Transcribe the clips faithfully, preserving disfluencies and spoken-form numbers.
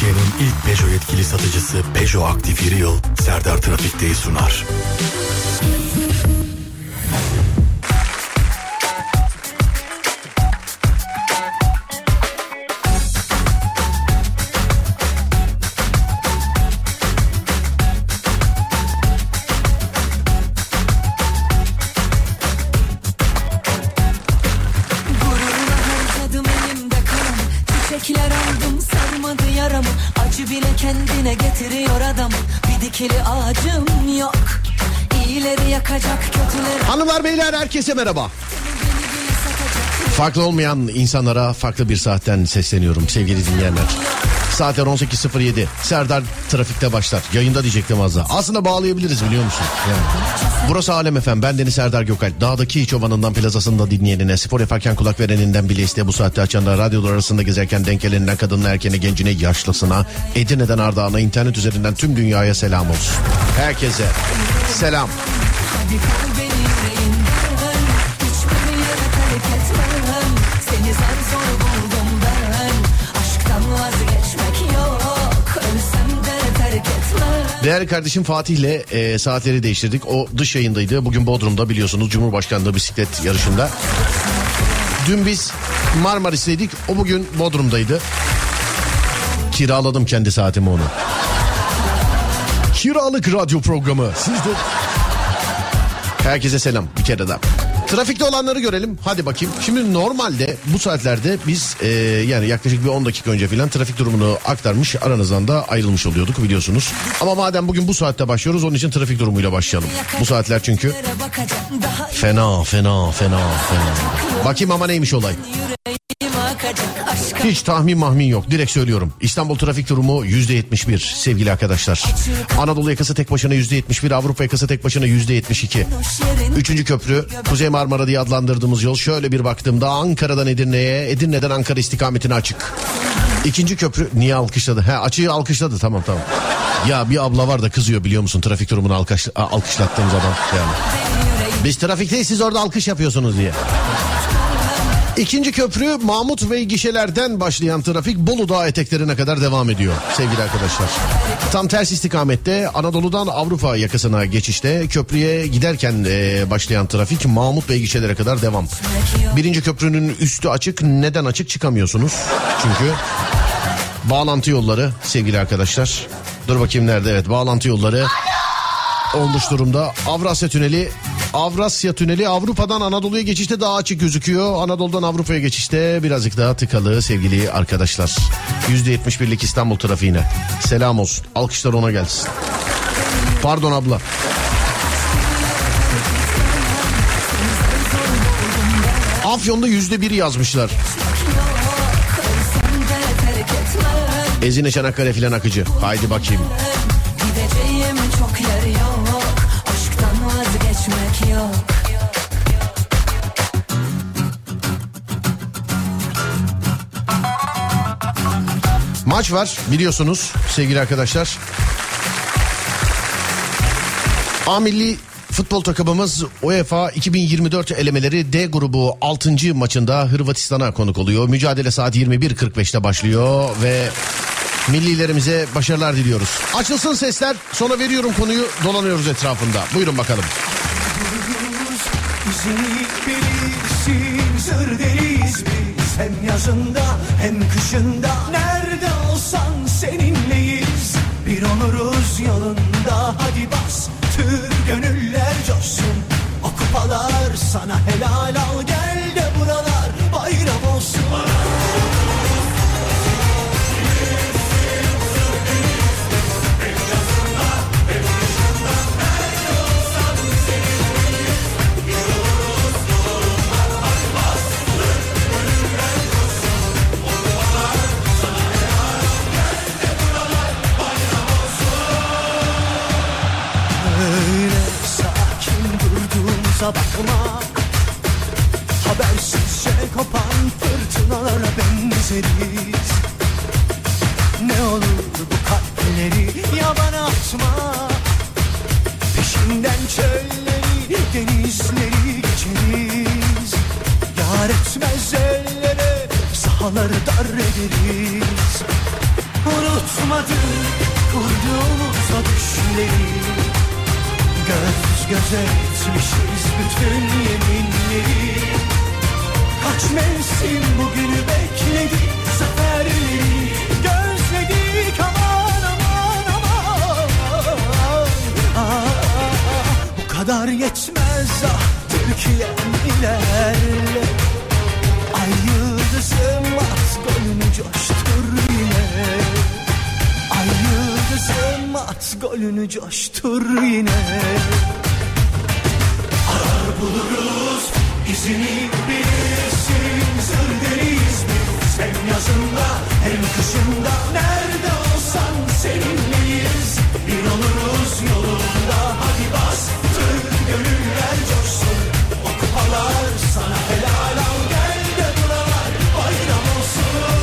Türkiye'nin ilk Peugeot yetkili satıcısı Peugeot Aktif Yıl Serdar Trafik'teyi sunar. Hanımlar beyler herkese merhaba. Farklı olmayan insanlara farklı bir saatten sesleniyorum sevgili dinleyenler. Saatler on sekiz sıfır yedi. Serdar Trafik'te başlar. Yayında diyecektim az daha. Aslında bağlayabiliriz biliyor musun? Yani. Burası Alem Efem. Ben Deniz Serdar Gökalp. Dağdaki çobanından plazasında dinleyenine, spor yaparken kulak vereninden bile isteye bu saatte açanlar, radyolar arasında gezerken denk geleninden kadınına, erkeğine, gencine, yaşlısına, Edirne'den Ardahan'a, internet üzerinden tüm dünyaya selam olsun. Herkese selam. Değerli kardeşim Fatih'le e, saatleri değiştirdik. O dış yayındaydı. Bugün Bodrum'da biliyorsunuz Cumhurbaşkanlığı bisiklet yarışında. Dün biz Marmaris'teydik. O bugün Bodrum'daydı. Kiraladım kendi saatimi onu. Kiralık radyo programı. Siz de... Herkese selam bir kere daha. Trafikte olanları görelim. Hadi bakayım. Şimdi normalde bu saatlerde biz e, yani yaklaşık bir on dakika önce falan trafik durumunu aktarmış, aranızdan da ayrılmış oluyorduk biliyorsunuz. Ama madem bugün bu saatte başlıyoruz, onun için trafik durumuyla başlayalım. Bu saatler çünkü fena fena fena fena. Bakayım ama neymiş olay? Hiç tahmin mahmin yok. Direkt söylüyorum. İstanbul trafik durumu yüzde yetmiş bir sevgili arkadaşlar. Anadolu yakası tek başına yüzde yetmiş bir. Avrupa yakası tek başına yüzde yetmiş iki. Üçüncü köprü Kuzey Marmara diye adlandırdığımız yol. Şöyle bir baktığımda Ankara'dan Edirne'ye, Edirne'den Ankara istikametine açık. İkinci köprü niye alkışladı? He, açığı alkışladı, tamam tamam. Ya bir abla var da kızıyor biliyor musun trafik durumunu alkış, alkışlattığım zaman. Yani. Biz trafikteyiz, siz orada alkış yapıyorsunuz diye. İkinci köprü Mahmut Bey gişelerden başlayan trafik Bolu Dağı eteklerine kadar devam ediyor sevgili arkadaşlar. Tam ters istikamette Anadolu'dan Avrupa yakasına geçişte köprüye giderken e, başlayan trafik Mahmut Bey gişelere kadar devam. Birinci köprünün üstü açık. Neden açık? Çıkamıyorsunuz. Çünkü bağlantı yolları sevgili arkadaşlar. Dur bakayım nerede? Evet, bağlantı yolları olmuş durumda. Avrasya Tüneli Avrasya Tüneli Avrupa'dan Anadolu'ya geçişte daha açık gözüküyor. Anadolu'dan Avrupa'ya geçişte birazcık daha tıkalı sevgili arkadaşlar. yüzde yetmiş birlik İstanbul trafiğine selam olsun. Alkışlar ona gelsin. Pardon abla. Afyon'da yüzde bir yazmışlar. Ezine, Çanakkale filan akıcı. Haydi bakayım. Yok. Maç var biliyorsunuz sevgili arkadaşlar. A milli futbol takımımız UEFA iki bin yirmi dört elemeleri D grubu altıncı maçında Hırvatistan'a konuk oluyor. Mücadele saat yirmi bir kırk beşte başlıyor ve millilerimize başarılar diliyoruz. Açılsın sesler, sonra veriyorum konuyu, dolanıyoruz etrafında. Buyurun bakalım. Bilirsin, sır deliyiz biz. Hem yazında hem kışında. Nerede olsan seninleyiz. Bir oluruz yolunda. Hadi bas, tüm gönüller coşsun. O kupalar sana helal, al gel de buralar bayram olsun. Bakma, habersizce kopan fırtınalara benzeriz. Ne olur bu kalpleri yabana atma. Peşinden çölleri, denizleri geçeriz. Yar etmez ellere, sahaları dar ederiz. Unutma Yaşamadık kurduğumuz o düşleri, göz göze etmişiz bütün yeminleri. Kaç mevsim bugünü bekledik, zaferleri gözledik, aman aman aman. Aa, bu kadar yetmez ah Türkiye'm ilerle. Ay yıldızım at golünü coştur yine. Ay yıldızım at golünü coştur yine. Arar buluruz izini bilirsin, zır deriz biz. Hem yazında hem kışında nerede olsan seninleyiz. Bir oluruz yolunda hadi bastır gönüller coşsun. O kupalar sana helal al, gel de buralar bayram olsun.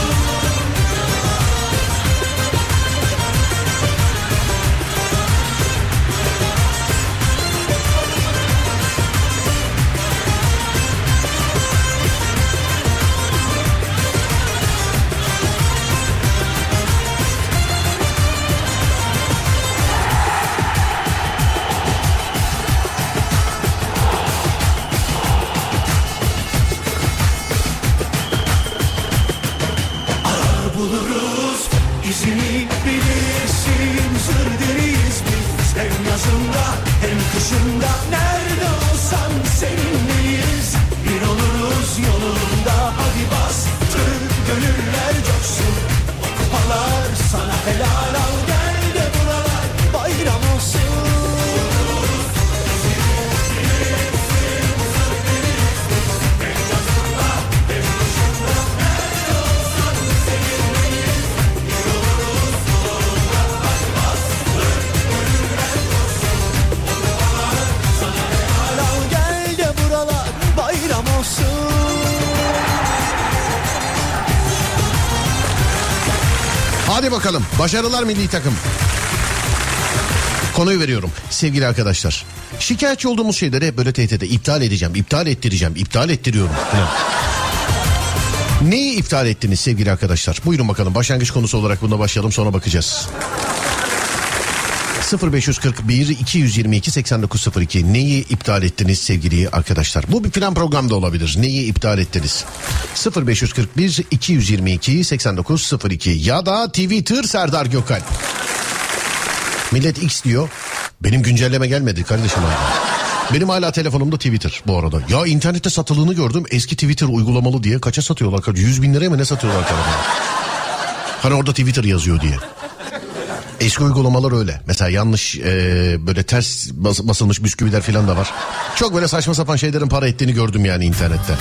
İzini bilirsin, zır deriz biz. Hem yazında hem kışında nerede olsan seninleyiz. Bir oluruz yolunda hadi bastır gönüller coşsun. O kupalar sana helal al, gel de buralar bayram olsun. Hadi bakalım, başarılar milli takım. Konuyu veriyorum sevgili arkadaşlar. Şikayetçi olduğumuz şeyleri hep böyle tehdit edip iptal edeceğim, iptal ettireceğim, iptal ettiriyorum. Neyi iptal ettiniz sevgili arkadaşlar? Buyurun bakalım, başlangıç konusu olarak buna başlayalım, sonra bakacağız. sıfır beş kırk bir iki yüz yirmi iki seksen dokuz sıfır iki. Neyi iptal ettiniz sevgili arkadaşlar? Bu bir plan programda olabilir. Neyi iptal ettiniz? sıfır beş kırk bir iki yüz yirmi iki seksen dokuz sıfır iki ya da Twitter Serdar Gökalp. Millet X diyor. Benim güncelleme gelmedi kardeşim abi. Benim hala telefonumda Twitter bu arada. Ya internette satılığını gördüm. Eski Twitter uygulamalı diye. Kaça satıyorlar? yüz bin liraya mı ne satıyorlar telefonu? Hani orada Twitter yazıyor diye. Eski uygulamalar öyle. Mesela yanlış e, böyle ters bas, basılmış bisküviler falan da var. Çok böyle saçma sapan şeylerin para ettiğini gördüm yani internette.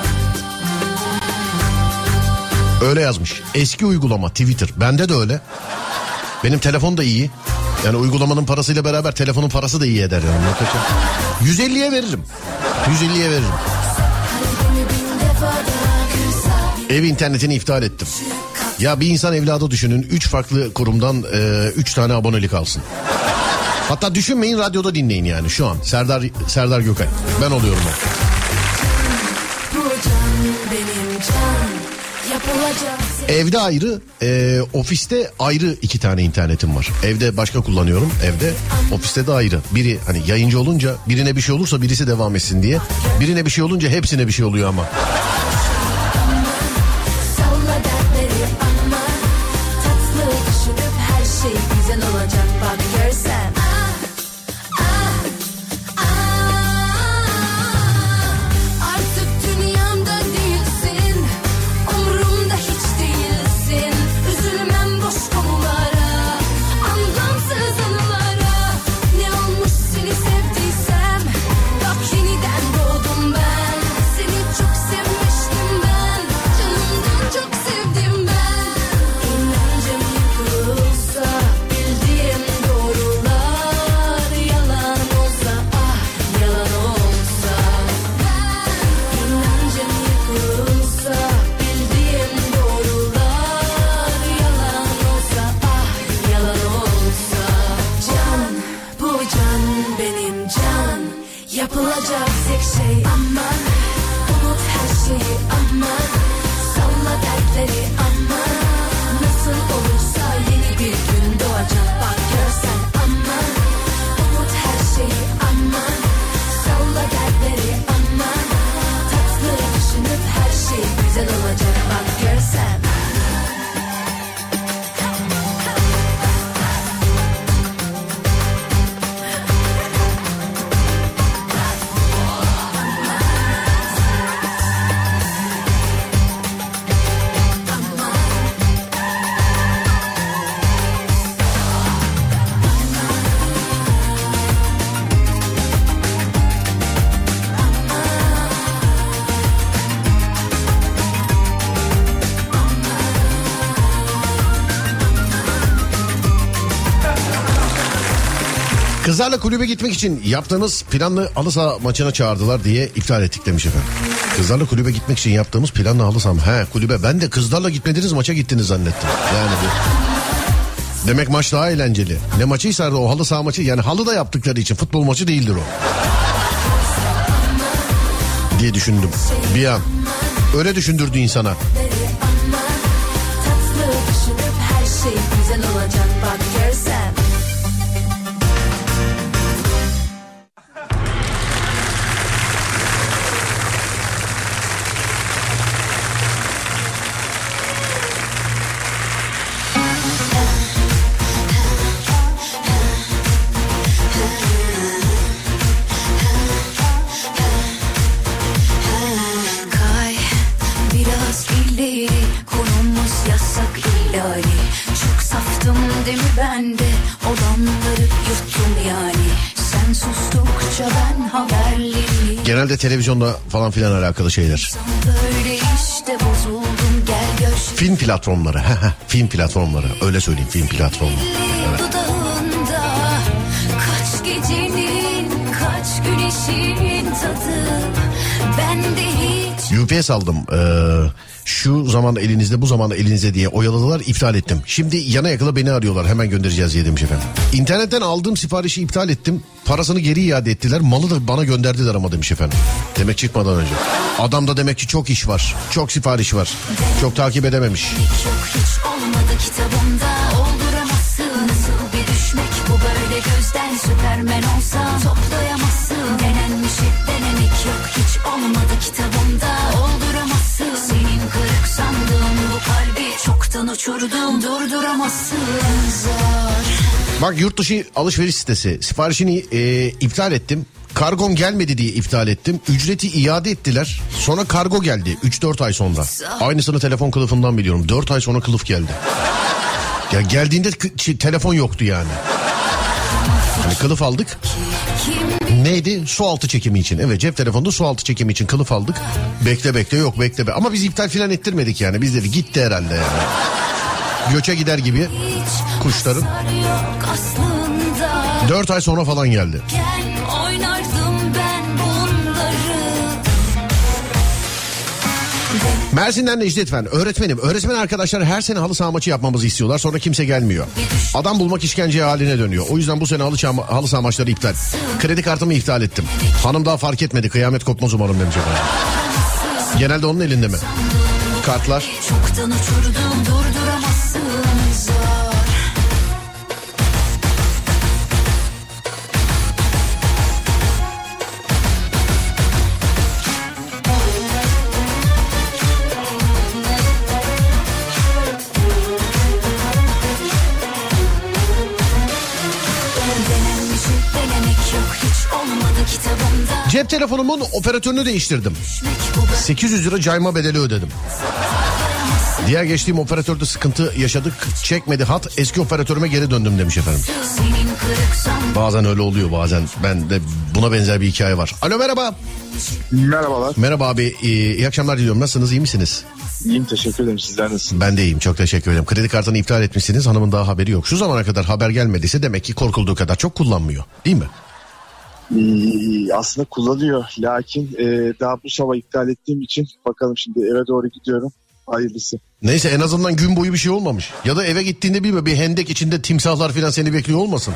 Öyle yazmış. Eski uygulama Twitter. Bende de öyle. Benim telefon da iyi. Yani uygulamanın parasıyla beraber telefonun parası da iyi eder yani. yüz elliye veririm. yüz elliye veririm. Ev internetini iptal ettim. Ya bir insan evladı düşünün, üç farklı kurumdan e, üç tane abonelik alsın. Hatta düşünmeyin, radyoda dinleyin yani şu an. Serdar Serdar Gökay. Ben oluyorum o. Evde ayrı, e, ofiste ayrı iki tane internetim var. Evde başka kullanıyorum, evde, ofiste de ayrı. Biri hani yayıncı olunca birine bir şey olursa birisi devam etsin diye. Birine bir şey olunca hepsine bir şey oluyor ama. Salla dertleri ama nasıl olursa yeni Kızlarla kulübe gitmek için yaptığımız planlı halı saha maçına çağırdılar diye iptal ettik demiş efendim. Kızlarla kulübe gitmek için yaptığımız planlı halı saha. He kulübe, ben de kızlarla gitmediniz maça gittiniz zannettim. Yani bir... Demek maç daha eğlenceli. Ne maçıysa o halı saha maçı, yani halı da yaptıkları için futbol maçı değildir o. Diye düşündüm bir an. Öyle düşündürdü insana. Şey güzel olacak bak görsen. Kay biraz ileri, konumuz yasak ihlali. Çok saftım değil mi ben de, olanları yuttum yani. Sen sustukça ben haberleri. Genelde televizyonda falan filan alakalı şeyler. Böyle işte bozuldum gel gör. Film platformları. Film platformları. Öyle söyleyeyim, film platformları. Evet. Dudağında kaç gecenin kaç güneşin tadı. Ben de hiç. U P S aldım. Ee, şu zaman elinizde, bu zaman elinizde diye oyaladılar, iptal ettim. Şimdi yana yakıla beni arıyorlar, hemen göndereceğiz diye demiş efendim. İnternetten aldığım siparişi iptal ettim. Parasını geri iade ettiler. Malı da bana gönderdiler ama demiş efendim. Demek çıkmadan önce. Adamda demek ki çok iş var. Çok sipariş var. Çok takip edememiş. Yok hiç olmadı kitabımda, olduramazsın. Nasıl bir düşmek bu böyle gözden, Süpermen olsam toplayamazsın. Denenmiş hep denemek, yok hiç olmadı kitabımda, olduramazsın. Senin kırık sandığın bu kalbi çoktan uçurdum, durduramazsın. Zor. Bak, yurt dışı alışveriş sitesi, siparişini e, iptal ettim. Kargom gelmedi diye iptal ettim. Ücreti iade ettiler. Sonra kargo geldi üç dört ay sonra. Aynısını telefon kılıfından biliyorum. dört ay sonra kılıf geldi. Ya geldiğinde k- telefon yoktu yani. Hani kılıf aldık. Neydi? Su altı çekimi için. Evet, cep telefonunda su altı çekimi için kılıf aldık. Bekle bekle yok bekle be. Ama biz iptal filan ettirmedik yani. Biz dedik gitti herhalde yani. Göçe gider gibi kuşların. Dört ay sonra falan geldi. Mersin'den Necdet Fen. Öğretmenim, öğretmen arkadaşlar her sene halı saha maçı yapmamızı istiyorlar. Sonra kimse gelmiyor. Adam bulmak işkence haline dönüyor. O yüzden bu sene halı, saha, halı saha maçları iptal. Kredi kartımı iptal ettim. Hanım daha fark etmedi. Kıyamet kopmaz umarım demiş efendim. Genelde onun elinde mi? Kartlar. Çoktan uçurdum, durduramazsın. Zor. Cep telefonumun operatörünü değiştirdim. sekiz yüz lira cayma bedeli ödedim. Diğer geçtiğim operatörde sıkıntı yaşadık. Çekmedi hat. Eski operatörüme geri döndüm demiş efendim. Bazen öyle oluyor bazen. Ben de buna benzer bir hikaye var. Alo, merhaba. Merhabalar. Merhaba abi. İyi, iyi akşamlar diliyorum. Nasılsınız? İyi misiniz? İyiyim, teşekkür ederim. Sizler nasılsınız? Ben de iyiyim. Çok teşekkür ederim. Kredi kartını iptal etmişsiniz. Hanımın daha haberi yok. Şu zamana kadar haber gelmediyse demek ki korkulduğu kadar çok kullanmıyor. Değil mi? Ee, aslında kullanıyor. Lakin e, daha bu sabah iptal ettiğim için bakalım, şimdi eve doğru gidiyorum. Hayırlısı. Neyse, en azından gün boyu bir şey olmamış. Ya da eve gittiğinde bir, bir hendek içinde timsahlar falan seni bekliyor olmasın?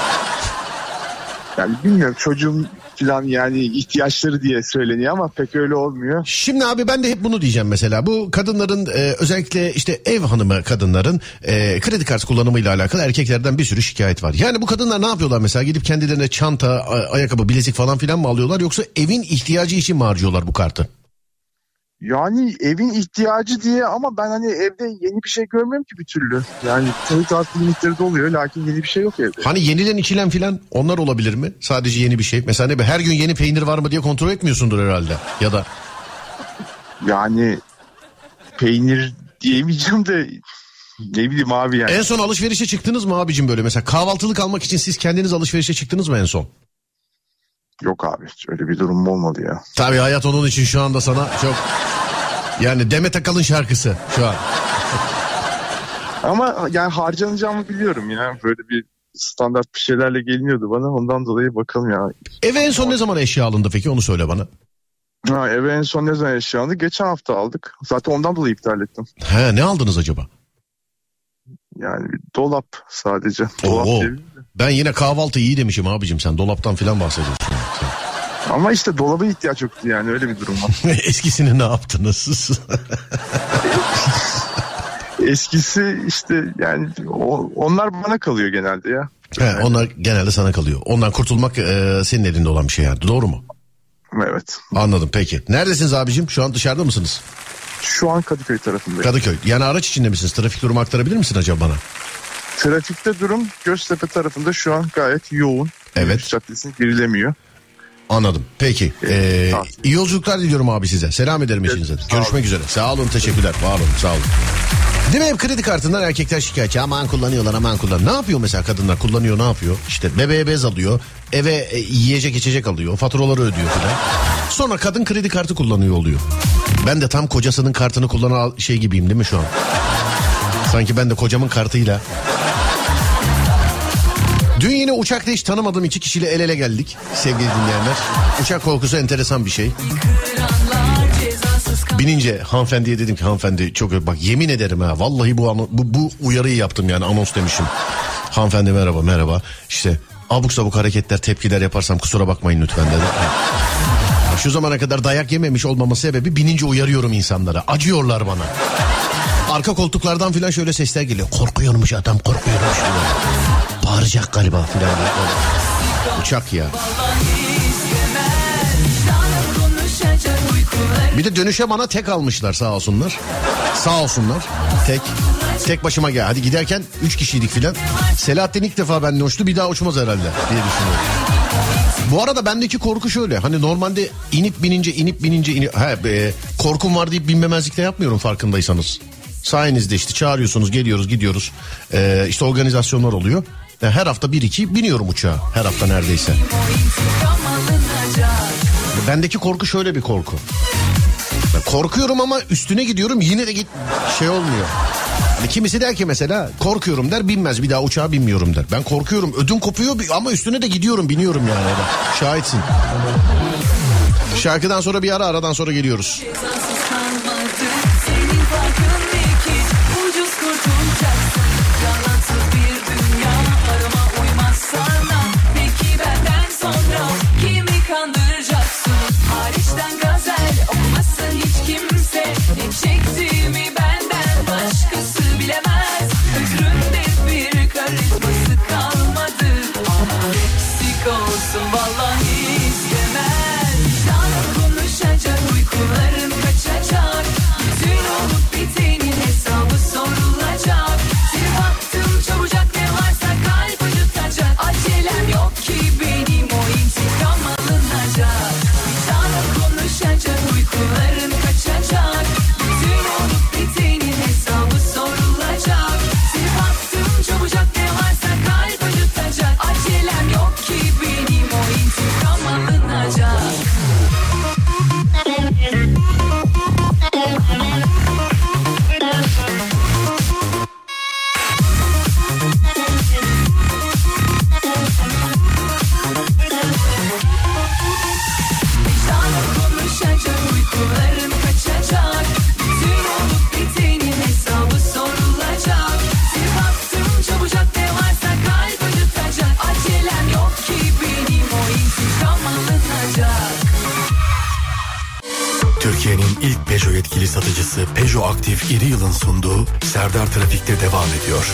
Yani bilmiyorum, çocuğum falan yani ihtiyaçları diye söyleniyor ama pek öyle olmuyor. Şimdi abi ben de hep bunu diyeceğim mesela. Bu kadınların e, özellikle işte ev hanımı kadınların e, kredi kartı kullanımıyla alakalı erkeklerden bir sürü şikayet var. Yani bu kadınlar ne yapıyorlar mesela? Gidip kendilerine çanta, a- ayakkabı, bilezik falan filan mı alıyorlar? Yoksa evin ihtiyacı için mi harcıyorlar bu kartı? Yani evin ihtiyacı diye, ama ben hani evde yeni bir şey görmüyorum ki bir türlü. Yani kredi kartı limitleri de oluyor, lakin yeni bir şey yok evde. Hani yenilen içilen filan onlar olabilir mi? Sadece yeni bir şey. Mesela ne be, her gün yeni peynir var mı diye kontrol etmiyorsundur herhalde. Ya da yani peynir diyemeyeceğim de ne bileyim abi yani. En son alışverişe çıktınız mı abicim böyle? Mesela kahvaltılık almak için siz kendiniz alışverişe çıktınız mı en son? Yok abi, öyle bir durum olmadı ya. Tabii hayat onun için şu anda sana çok... Yani Demet Akalın şarkısı şu an. Ama yani harcanacağımı biliyorum ya. Böyle bir standart bir şeylerle geliniyordu bana. Ondan dolayı bakalım ya. Eve en son ne zaman eşya alındı peki, onu söyle bana. Ha, eve en son ne zaman eşya alındı? Geçen hafta aldık. Zaten ondan dolayı iptal ettim. He, ne aldınız acaba? Yani bir dolap sadece. Dolap Oo, değil de. ben yine kahvaltı iyi demişim abicim, sen dolaptan filan bahsediyorsun. Ama işte dolaba ihtiyaç yoktu yani, öyle bir durum var. Eskisini ne yaptınız? Eskisi işte yani o, onlar bana kalıyor genelde ya. He, yani. Onlar genelde sana kalıyor. Ondan kurtulmak e, senin elinde olan bir şey yani, doğru mu? Evet. Anladım, peki. Neredesiniz abicim? Şu an dışarıda mısınız? Şu an Kadıköy tarafındayım. Kadıköy. Yani araç içinde misiniz? Trafik durumu aktarabilir misin acaba bana? Trafikte durum Göztepe tarafında şu an gayet yoğun. Evet. Caddesine girilemiyor. Anladım. Peki. Ee, iyi yolculuklar diliyorum abi size. Selam ederim eşinize. Evet, Görüşmek üzere. Sağ olun, teşekkürler. Var olun, sağ olun. Değil mi, hep kredi kartından erkekler şikayetçi. Aman kullanıyorlar, aman kullan. Ne yapıyor mesela kadınlar? Kullanıyor, ne yapıyor? İşte bebeğe bez alıyor. Eve e, yiyecek içecek alıyor. Faturaları ödüyor falan. Sonra kadın kredi kartı kullanıyor oluyor. Ben de tam kocasının kartını kullanan şey gibiyim değil mi şu an? Sanki ben de kocamın kartıyla. Dün yine uçakta hiç tanımadığım iki kişiyle el ele geldik sevgili dinleyenler. Uçak korkusu enteresan bir şey. Binince hanımefendiye dedim ki, hanımefendi çok bak yemin ederim ha, vallahi bu, bu, bu uyarıyı yaptım yani, anons demişim. Hanımefendi merhaba merhaba işte abuk sabuk hareketler, tepkiler yaparsam kusura bakmayın lütfen dedi. Şu zamana kadar dayak yememiş olmamın sebebi, binince uyarıyorum insanlara, acıyorlar bana. Arka koltuklardan filan şöyle sesler geliyor, korkuyormuş adam, korkuyormuş. Bağıracak galiba filan. Uçak ya. Bir de dönüşe bana tek almışlar sağ olsunlar. Sağ olsunlar. Tek. Tek başıma gel. Hadi giderken üç kişiydik filan. Selahattin ilk defa benimle uçtu, bir daha uçmaz herhalde diye düşünüyorum. Bu arada bendeki korku şöyle. Hani normalde inip binince inip binince inip, he, e, korkum var deyip binmemezlikle yapmıyorum farkındaysanız. Sayenizde işte çağırıyorsunuz, geliyoruz gidiyoruz. E, işte organizasyonlar oluyor. Yani her hafta bir iki biniyorum uçağa. Her hafta neredeyse. Bendeki korku şöyle bir korku. Ben korkuyorum ama üstüne gidiyorum, yine de git şey olmuyor. Yani kimisi der ki mesela korkuyorum der, binmez, bir daha uçağa binmiyorum der. Ben korkuyorum, ödüm kopuyor ama üstüne de gidiyorum, biniyorum yani. Şahitsin. Şarkıdan sonra bir ara, aradan sonra geliyoruz. Çektiğimi benden başkası bilemez. Ömrümde bir karizması kalmadı. Eksik olsun vallahi istemez. Can konuşacak, uykularım kaçacak. Bütün olup bitenin hesabı sorulacak. Bir baktım çabucak, ne varsa kalp acıtacak. Acelem yok ki benim, o intikam alınacak. Can konuşacak, uykularım kaçacak. Türkiye'nin ilk Peugeot yetkili satıcısı Peugeot Aktif İri Yıl'ın sunduğu Serdar Trafik'te devam ediyor.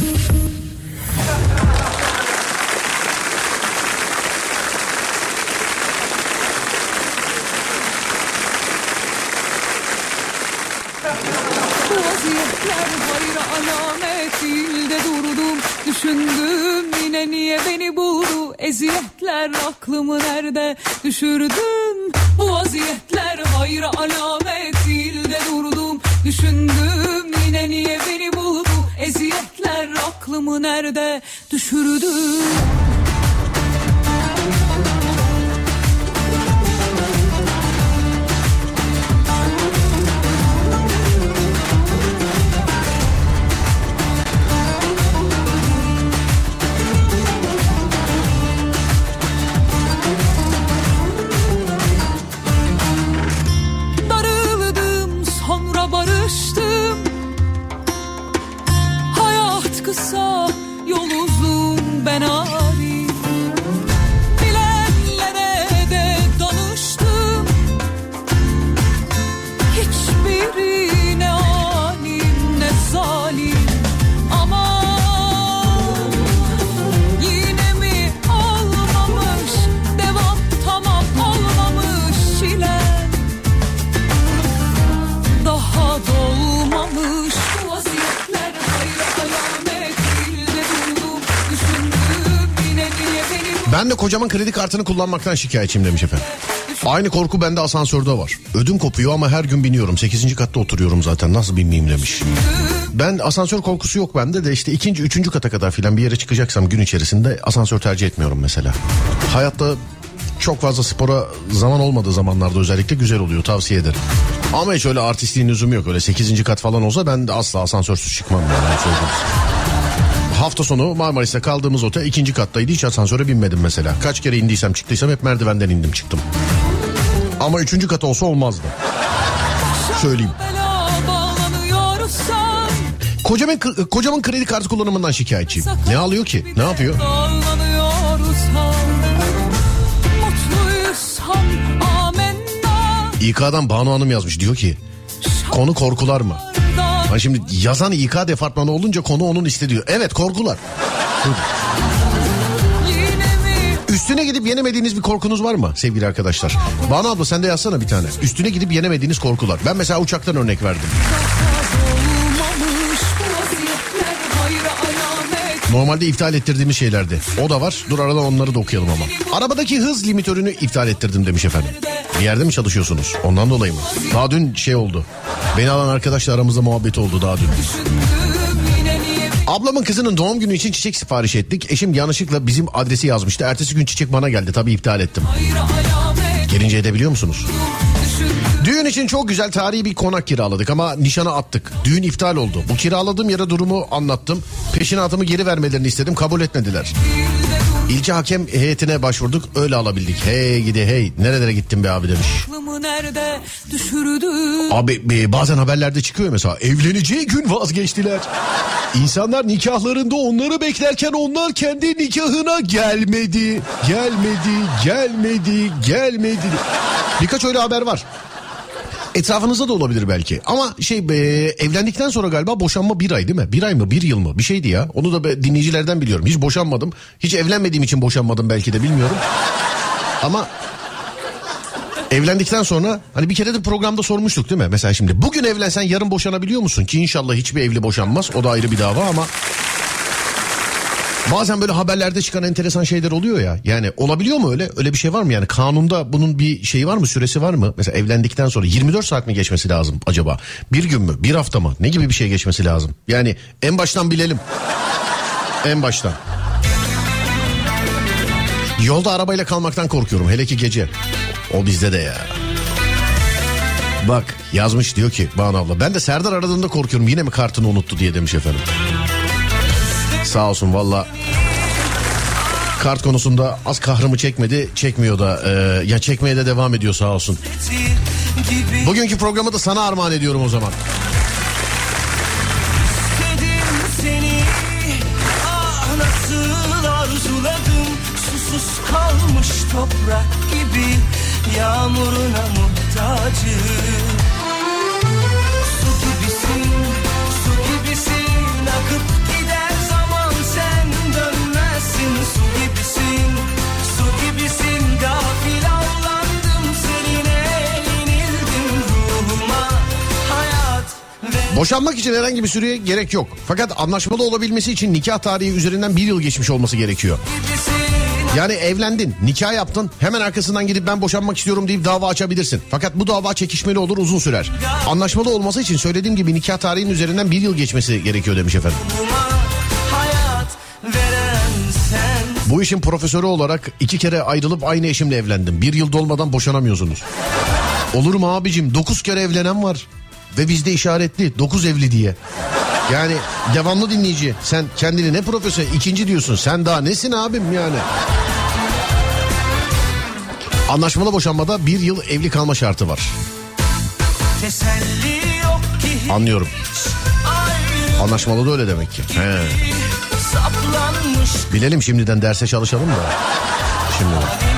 Vaziyetler hayra alamet değil de durdum, düşündüm yine niye beni buldu. Eziyetler aklımı nerede düşürdüm. Bu vaziyetler hayra alamet değil de durdum, düşündüm yine niye beni buldu. Eziyetler aklımı nerede düşürdüm. kısa, yol uzun, ben arif. Bilenlere de danıştım, hiçbiri ne alim ne zalim. Ama yine mi olmamış, devam tamam olmamış çile. Daha dolmamış bu vaziyetler, hayra alamet dilde durdum, düşündüm yine niye beni. Ben de kocamın kredi kartını kullanmaktan şikayetçiyim demiş efendim. Aynı korku bende asansörde var. Ödüm kopuyor ama her gün biniyorum. sekizinci katta oturuyorum zaten, nasıl binmeyeyim demiş. Ben asansör korkusu yok bende de, işte ikinci üçüncü kata kadar filan bir yere çıkacaksam gün içerisinde asansör tercih etmiyorum mesela. Hayatta çok fazla spora zaman olmadığı zamanlarda özellikle güzel oluyor, tavsiye ederim. Ama hiç öyle artistliğin lüzumu yok, öyle sekizinci kat falan olsa ben de asla asansörsüz çıkmam yani. Hafta sonu Marmaris'te kaldığımız otel ikinci kattaydı, hiç asansöre binmedim mesela. Kaç kere indiysem çıktıysam hep merdivenden indim çıktım. Ama üçüncü kat olsa olmazdı. Söyleyeyim. Kocamın, kocamın kredi kartı kullanımından şikayetçiyim. Ne alıyor ki? Ne yapıyor? İK'dan Banu Hanım yazmış, diyor ki konu korkular mı? Hani şimdi yazan İK departmanı olunca konu onun istediği. Evet, korkular. Üstüne gidip yenemediğiniz bir korkunuz var mı sevgili arkadaşlar? Banu abla sen de yazsana bir tane. Üstüne gidip yenemediğiniz korkular. Ben mesela uçaktan örnek verdim. Normalde iptal ettirdiğimiz şeylerdi. O da var. Dur arada onları da okuyalım ama. Arabadaki hız limitörünü iptal ettirdim demiş efendim. Bir yerde mi çalışıyorsunuz? Ondan dolayı mı? Daha dün şey oldu. Beni alan arkadaşla aramızda muhabbet oldu daha dün. Ablamın kızının doğum günü için çiçek sipariş ettik. Eşim yanlışlıkla bizim adresi yazmıştı. Ertesi gün çiçek bana geldi. Tabii iptal ettim. Gelince edebiliyor musunuz? Düğün için çok güzel tarihi bir konak kiraladık ama nişana attık. Düğün iptal oldu. Bu kiraladığım yere durumu anlattım. Peşinatımı geri vermelerini istedim. Kabul etmediler. İlçe hakem heyetine başvurduk. Öyle alabildik. Hey gidi hey. Nerelere gittin be abi demiş. Abi bazen haberlerde çıkıyor mesela. Evleneceği gün vazgeçtiler. İnsanlar nikahlarında onları beklerken onlar kendi nikahına gelmedi. Gelmedi, gelmedi, gelmedi. Birkaç öyle haber var. Etrafınızda da olabilir belki. Ama şey e, evlendikten sonra galiba boşanma bir ay değil mi? Bir ay mı bir yıl mı? Bir şeydi ya. Onu da be, dinleyicilerden biliyorum. Hiç boşanmadım. Hiç evlenmediğim için boşanmadım belki de, bilmiyorum. Ama evlendikten sonra hani bir kere de programda sormuştuk değil mi? Mesela şimdi bugün evlensen yarın boşanabiliyor musun? Ki inşallah hiçbir evli boşanmaz. O da ayrı bir dava ama... Bazen böyle haberlerde çıkan enteresan şeyler oluyor ya. Yani olabiliyor mu öyle? Öyle bir şey var mı yani? Kanunda bunun bir şeyi var mı? Süresi var mı? Mesela evlendikten sonra yirmi dört saat mi geçmesi lazım acaba? Bir gün mü? Bir hafta mı? Ne gibi bir şey geçmesi lazım? Yani en baştan bilelim. En baştan. Yolda arabayla kalmaktan korkuyorum. Hele ki gece. O bizde de ya. Bak yazmış, diyor ki Banu abla. Ben de Serdar aradığında korkuyorum. Yine mi kartını unuttu diye demiş efendim. Sağ olsun valla. Kart konusunda az kahrımı çekmedi. Çekmiyor da. E, ya çekmeye de devam ediyor sağ olsun. Bugünkü programı da sana armağan ediyorum o zaman. Seni, ah nasıl arzuladım. Susuz kalmış toprak gibi. Yağmuruna muhtacım. Su gibisin, su gibisin akıp gider zaman sen dönmezsin. Su gibisin, su gibisin gafil avlandım seninle yenildim ruhuma hayat. Ve... Boşanmak için herhangi bir süreye gerek yok. Fakat anlaşmalı olabilmesi için nikah tarihi üzerinden bir yıl geçmiş olması gerekiyor. Yani evlendin, nikah yaptın, hemen arkasından gidip ben boşanmak istiyorum deyip dava açabilirsin. Fakat bu dava çekişmeli olur, uzun sürer. Anlaşmalı olması için söylediğim gibi nikah tarihinin üzerinden bir yıl geçmesi gerekiyor demiş efendim. Bu işin profesörü olarak iki kere ayrılıp aynı eşimle evlendim. Bir yıl dolmadan boşanamıyorsunuz. Olur mu abicim? Dokuz kere evlenen var. Ve bizde işaretli dokuz evli diye. Yani devamlı dinleyici, sen kendini ne profesör ikinci diyorsun, sen daha nesin abim yani. Anlaşmalı boşanmada bir yıl evli kalma şartı var. Anlıyorum. Anlaşmalı da öyle demek ki. He. Saplanmış Bilelim şimdiden, derse çalışalım da. Şimdi.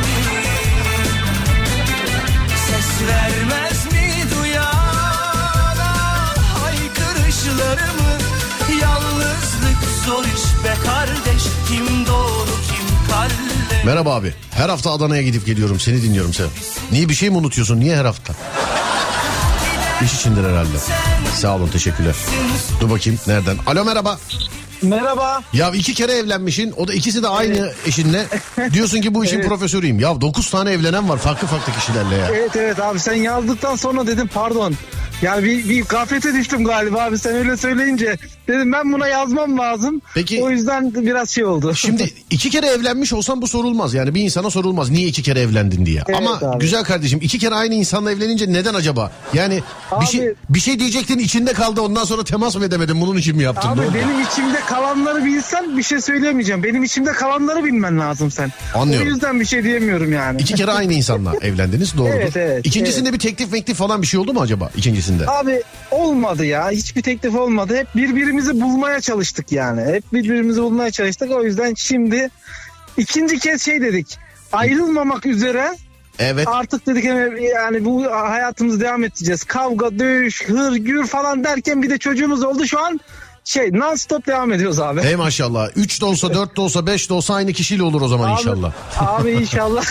ses vermez mi duyana haykırışlarımı? Yalnızlık zor iş be kardeş, kim doğru kim kalle. Merhaba abi. Her hafta Adana'ya gidip geliyorum. Seni dinliyorum sen. Niye, bir şey mi unutuyorsun? Niye her hafta? İş içindir herhalde. Sağ olun, teşekkürler. Dur bakayım nereden? Alo, merhaba. Merhaba. Ya iki kere evlenmişsin. O da ikisi de aynı Evet. eşinle. Diyorsun ki bu işin Evet. profesörüyüm. Ya dokuz tane evlenen var farklı farklı kişilerle ya. Evet evet abi, sen yazdıktan sonra dedim pardon. Yani bir, bir gaflete düştüm galiba abi, sen öyle söyleyince. Dedim ben buna yazmam lazım. Peki- O yüzden biraz şey oldu. Şimdi iki kere evlenmiş olsan bu sorulmaz. Yani bir insana sorulmaz niye iki kere evlendin diye. Evet Ama abi. güzel kardeşim, iki kere aynı insanla evlenince neden acaba? Yani bir Abi- şey bir şey diyecektin, içinde kaldı, ondan sonra temas mı edemedin, bunun için mi yaptın? Ne Abi oldu? benim içimde kalanları bilsen bir şey söyleyemeyeceğim. Benim içimde kalanları bilmen lazım sen. Anlıyorum. O yüzden bir şey diyemiyorum yani. İki kere aynı insanla evlendiniz, doğrudur. Evet, evet, İkincisinde bir teklif meklif falan bir şey oldu mu acaba ikincisinde? Abi olmadı ya. Hiçbir teklif olmadı. Hep birbirimizi bulmaya çalıştık yani. Hep birbirimizi bulmaya çalıştık. O yüzden şimdi ikinci kez şey dedik. Ayrılmamak üzere Evet. artık dedik yani bu hayatımızı devam edeceğiz. Kavga, dövüş, hır, gür falan derken bir de çocuğumuz oldu. Şu an şey non stop devam ediyoruz abi. Hey maşallah. Üç de olsa, dört de olsa, beş de olsa aynı kişiyle olur o zaman Abi- inşallah. Abi inşallah.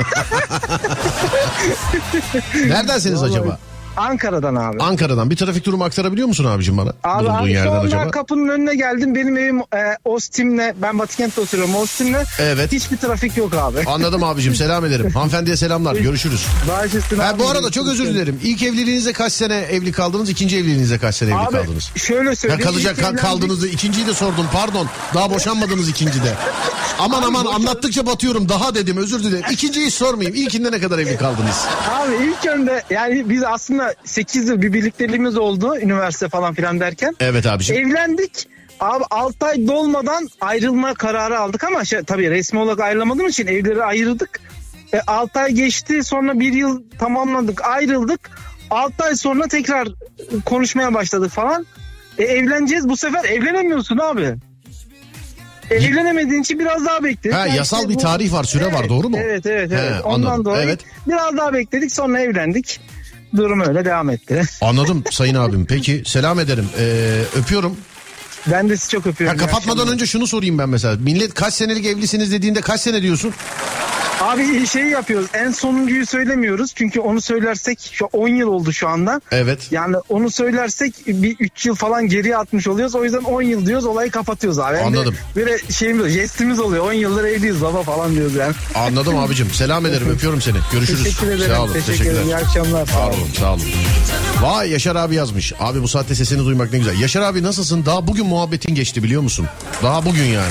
Neredensiniz Vallahi acaba? Ankara'dan abi. Ankara'dan. Bir trafik durumu aktarabiliyor musun abicim bana? Abi, Bulunduğun abi şu yerden anda acaba? kapının önüne geldim. Benim evim e, Ostim'le. Ben Batıkent'te oturuyorum Ostim'le. Evet. Hiçbir trafik yok abi. Anladım abicim, selam ederim. Hanımefendiye selamlar, görüşürüz. Baş üstüne Ha, abi. bu arada çok özür dilerim. İlk evliliğinize kaç sene evli kaldınız? İkinci evliliğinize kaç sene evli Abi kaldınız? şöyle Ha, söyleyeyim. kalacak İlk ka- evlendik- kaldığınızı, ikinciyi de sordum, pardon. Daha boşanmadınız ikincide. Aman aman anlattıkça batıyorum, daha dedim, özür dilerim. İkinciyi sormayayım. İlkinde ne kadar evli kaldınız? Abi ilk önde yani biz aslında sekiz yıl bir birlikteliğimiz oldu. Üniversite falan filan derken. Evet abicim. Evlendik. Abi altı ay dolmadan ayrılma kararı aldık ama şey, tabii resmi olarak ayrılamadığımız için evleri ayırdık. E, altı ay geçti, sonra bir yıl tamamladık, ayrıldık. altı ay sonra tekrar konuşmaya başladık falan. E, evleneceğiz, bu sefer evlenemiyorsun abi. Evlenemediğin için biraz daha bekledik. Ha, Yani yasal işte bir bu- tarih var, süre var, doğru mu? Evet evet He, evet. Ondan anladım. dolayı Evet. biraz daha bekledik, sonra evlendik. Durum öyle devam etti. Anladım sayın abim. Peki, selam ederim. Ee, öpüyorum. Ben de sizi çok Ha, öpüyorum. İyi kapatmadan akşamlar. önce şunu sorayım ben mesela. Millet kaç senelik evlisiniz dediğinde kaç sene diyorsun? Abi şey yapıyoruz, en sonuncuyu söylemiyoruz çünkü onu söylersek şu on yıl oldu şu anda. Evet. Yani onu söylersek bir üç yıl falan geriye atmış oluyoruz. O yüzden on yıl diyoruz, olayı kapatıyoruz abi. Hem de Anladım. Böyle şeyimiz, jestimiz oluyor. on yıldır evliyiz baba falan diyoruz yani. Anladım abicim. Selam ederim. Öpüyorum seni. Görüşürüz. Teşekkür ederim. Sağ olun. Teşekkür Teşekkürler. ederim. İyi akşamlar. Sağ olun. Sağ olun. Vay, Yaşar abi yazmış. Abi bu saatte sesini duymak ne güzel. Yaşar abi nasılsın? Daha bugün muhabbetin geçti biliyor musun? Daha bugün yani.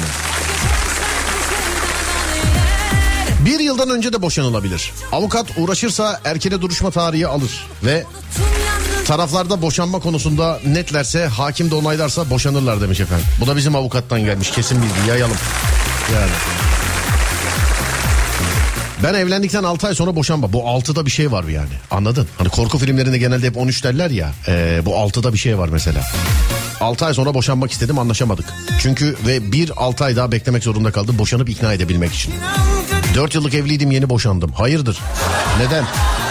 Bir yıldan önce de boşanılabilir. Avukat uğraşırsa erkene duruşma tarihi alır ve taraflarda boşanma konusunda netlerse, hakim de onaylarsa boşanırlar demiş efendim. Bu da bizim avukattan gelmiş, kesin bilgi, yayalım. Yani. Ben evlendikten altı ay sonra boşanma. Bu altıda bir şey var yani, anladın? Hani korku filmlerinde genelde hep on üç derler ya. E, bu altıda bir şey var mesela. altı ay sonra boşanmak istedim, anlaşamadık. Çünkü ve bir altı ay daha beklemek zorunda kaldım boşanıp ikna edebilmek için. dört yıllık evliydim, yeni boşandım. Hayırdır? Neden?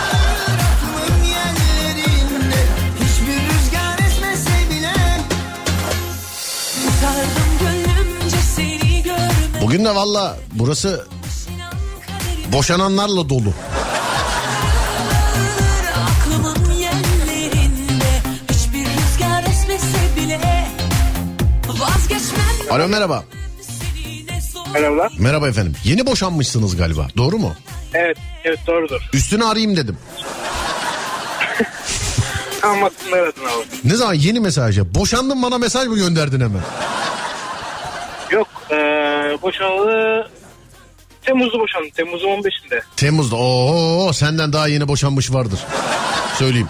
Hiçbir rüzgar esmese bile Sardım gönlümce seni görmek. Bugün de valla burası boşananlarla dolu. Aklımın yerlerinde hiçbir rüzgar esmese bile vazgeçmem. Alo, merhaba. Seninle zor. Merhabalar. Merhaba efendim. Yeni boşanmışsınız galiba, doğru mu? Evet, evet doğrudur. Üstünü arayayım dedim. Tam aklımda aradın abi. Ne zaman yeni mesajı? Boşandım, bana mesaj mı gönderdin hemen? Yok, ee, boşanalı Temmuz'da boşandım. Temmuz'un on beşinde. Temmuz'da. Oo, senden daha yeni boşanmış vardır. Söyleyeyim.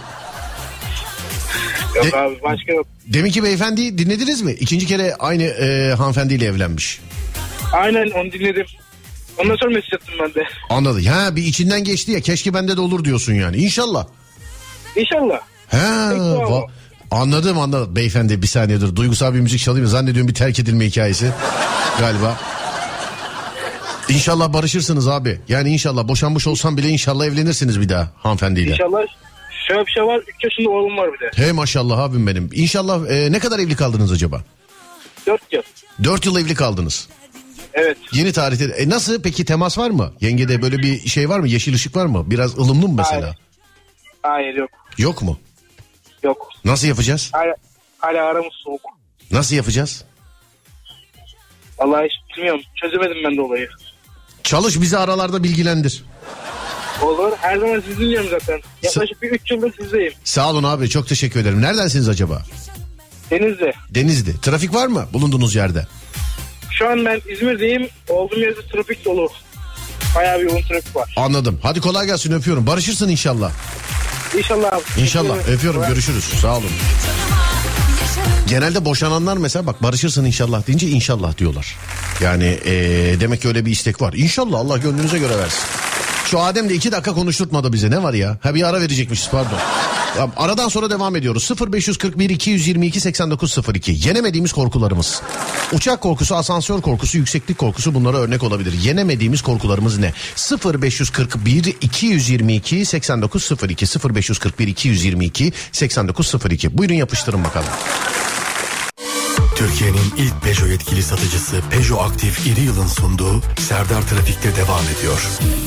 Yok De- abi, başka yok. Deminki beyefendiyi dinlediniz mi? İkinci kere aynı e, hanımefendiyle evlenmiş. Aynen, onu dinledim. Ondan sonra mesaj attım ben de. Anladı. Ha, bir içinden geçti ya, keşke bende de olur diyorsun yani. İnşallah. İnşallah. Ha, Peki, bravo. va- Anladım anladım. Beyefendi bir saniye dur. Duygusal bir müzik çalayım. Zannediyorum bir terk edilme hikayesi galiba. İnşallah barışırsınız abi. Yani inşallah boşanmış olsam bile inşallah evlenirsiniz bir daha hanımefendiyle. İnşallah. Şöyle bir şey var. üç yaşında oğlum var bir de. Hey maşallah abim benim. İnşallah e, ne kadar evli kaldınız acaba? dört yıl. dört yıl evli kaldınız. Evet. Yeni tarihte. E nasıl peki, temas var mı? Yengede böyle bir şey var mı? Yeşil ışık var mı? Biraz ılımlı mı mesela? Hayır, Hayır yok. Yok mu? Yok. Nasıl yapacağız? Hala, hala aramız soğuk. Nasıl yapacağız? Vallahi hiç bilmiyorum. Çözemedim ben de olayı. Çalış, bizi aralarda bilgilendir. Olur. Her zaman sizi dinliyorum zaten. Yaklaşık bir üç yıldır sizdeyim. Sağ olun abi, çok teşekkür ederim. Neredensiniz acaba? Denizli. Denizli. Trafik var mı bulunduğunuz yerde? Şu an ben İzmir'deyim. Olduğum yerde trafik dolu. Bayağı bir yoğun trafik var. Anladım. Hadi kolay gelsin, öpüyorum. Barışırsın inşallah. İnşallah abi. İnşallah. Öpüyorum. Evet. Görüşürüz. Sağ olun. Genelde boşananlar mesela bak barışırsın inşallah deyince inşallah diyorlar. Yani ee, demek ki öyle bir istek var. İnşallah, Allah gönlünüze göre versin. Şu Adem de iki dakika konuşturtmadı bize, ne var ya? Ha bir ara verecekmişiz, pardon. Ya, aradan sonra devam ediyoruz. sıfır beş kırk bir iki yüz yirmi iki seksen dokuz sıfır iki. Yenemediğimiz korkularımız. Uçak korkusu, asansör korkusu, yükseklik korkusu, bunlara örnek olabilir. Yenemediğimiz korkularımız ne? sıfır beş kırk bir iki yüz yirmi iki seksen dokuz sıfır iki sıfır beş kırk bir iki yüz yirmi iki seksen dokuz sıfır iki. Buyurun yapıştırın bakalım. Türkiye'nin ilk Peugeot yetkili satıcısı Peugeot Aktif İri Yıl'ın sunduğu Serdar Trafik'te devam ediyor.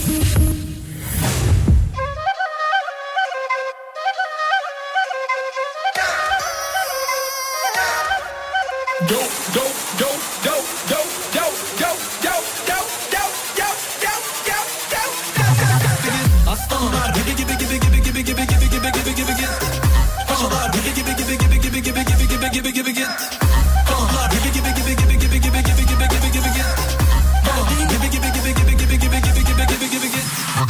Go, go, go, go, go, go, go, go, go, go, go, go, go, go. Aslanlar gibi gibi gibi gibi gibi gibi gibi gibi gibi gibi git. Paşalar gibi gibi gibi gibi gibi gibi gibi gibi gibi gibi git. Kanatlar gibi gibi gibi gibi gibi gibi gibi gibi gibi gibi git. Balon gibi gibi gibi gibi gibi gibi gibi gibi gibi gibi git.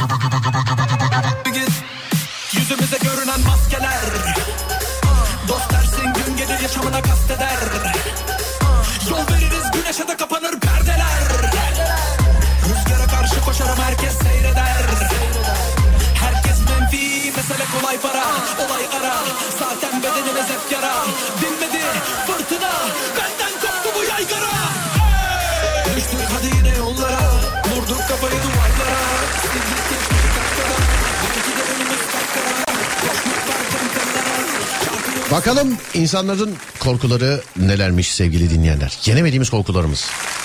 Git. Yüzümüze görünen maskeler. Dost dersin gün gece yaşamına kasteder. Yol veririz güneşe de kapanır perdeler. Rüzgara karşı koşarım herkes seyreder. Herkes menfi mesele kolay para. Olay ara zaten bedenimiz hep yara. Dinmedi fırtına benden koptu bu yaygara. Hey! Düştük hadi yine yollara. Vurduk kafayı duvarlara. Sildik geçtik taklara. Belki de önümüz taklara. Koştuk varken tellara. Bakalım insanların korkuları nelermiş sevgili dinleyenler. Yenemediğimiz korkularımız.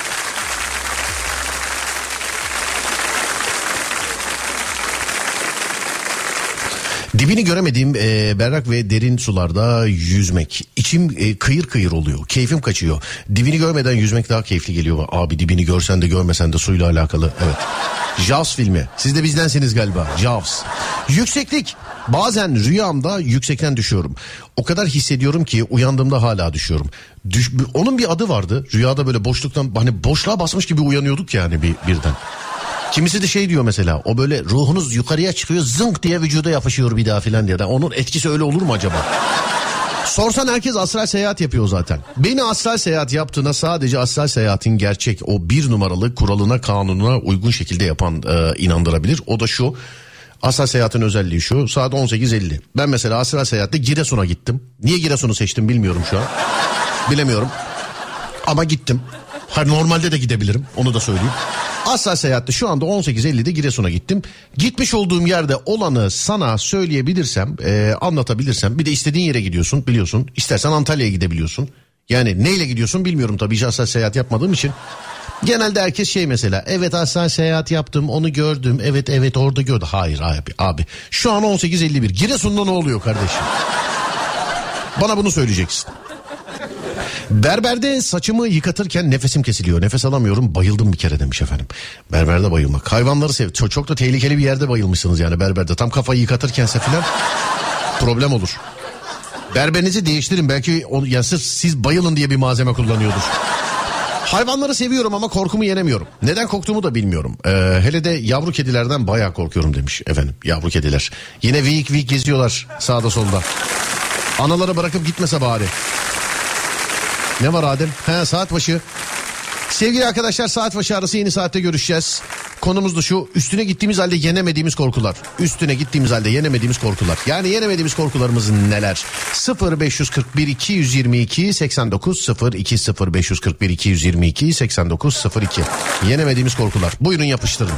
Dibini göremediğim e, berrak ve derin sularda yüzmek. İçim e, kıyır kıyır oluyor. Keyfim kaçıyor. Dibini görmeden yüzmek daha keyifli geliyor. Abi dibini görsen de görmesen de suyla alakalı. Evet. Jaws filmi. Siz de bizdensiniz galiba. Jaws. Yükseklik. Bazen rüyamda yüksekten düşüyorum. O kadar hissediyorum ki uyandığımda hala düşüyorum. Düş, onun bir adı vardı. Rüyada böyle boşluktan, hani boşluğa basmış gibi uyanıyorduk yani bir, birden. Kimisi de şey diyor mesela, o böyle ruhunuz yukarıya çıkıyor, zınk diye vücuda yapışıyor bir daha filan diye. Onun etkisi öyle olur mu acaba? Sorsan herkes astral seyahat yapıyor zaten. Beni astral seyahat yaptığına sadece astral seyahatin gerçek o bir numaralı kuralına, kanununa uygun şekilde yapan e, inandırabilir. O da şu: astral seyahatin özelliği şu: saat on sekiz elli. Ben mesela astral seyahatte Giresun'a gittim. Niye Giresun'u seçtim bilmiyorum şu an. Bilemiyorum. Ama gittim. Hayır, normalde de gidebilirim, onu da söyleyeyim. Astral seyahatte şu anda on sekiz ellide Giresun'a gittim. Gitmiş olduğum yerde olanı sana söyleyebilirsem, e, anlatabilirsem, bir de istediğin yere gidiyorsun biliyorsun. İstersen Antalya'ya gidebiliyorsun. Yani neyle gidiyorsun bilmiyorum tabii, hiç astral seyahat yapmadığım için. Genelde herkes şey mesela, evet astral seyahat yaptım, onu gördüm, evet evet orada gördüm. Hayır abi, abi şu an on sekiz elli bir Giresun'da ne oluyor kardeşim? Bana bunu söyleyeceksin. Berberde saçımı yıkatırken nefesim kesiliyor. Nefes alamıyorum, bayıldım bir kere demiş efendim. Berberde bayılmak. Hayvanları sev. Çok, çok da tehlikeli bir yerde bayılmışsınız yani berberde. Tam kafayı yıkatırkense filan problem olur. Berberinizi değiştirin. Belki onu, yani sırf siz bayılın diye bir malzeme kullanıyordur. Hayvanları seviyorum ama korkumu yenemiyorum. Neden korktuğumu da bilmiyorum. Ee, hele de yavru kedilerden bayağı korkuyorum demiş efendim. Yavru kediler. Yine viyik viyik geziyorlar sağda solda. Anaları bırakıp gitmese bari. Ne var Adem? He, saat başı. Sevgili arkadaşlar, saat başı arası yeni saatte görüşeceğiz. konumuz da şu: üstüne gittiğimiz halde yenemediğimiz korkular. Üstüne gittiğimiz halde yenemediğimiz korkular. Yani yenemediğimiz korkularımız neler? sıfır beş kırk bir iki yüz yirmi iki seksen dokuz sıfır iki sıfır beş kırk bir iki yüz yirmi iki seksen dokuz sıfır iki. Yenemediğimiz korkular. Buyurun yapıştırın.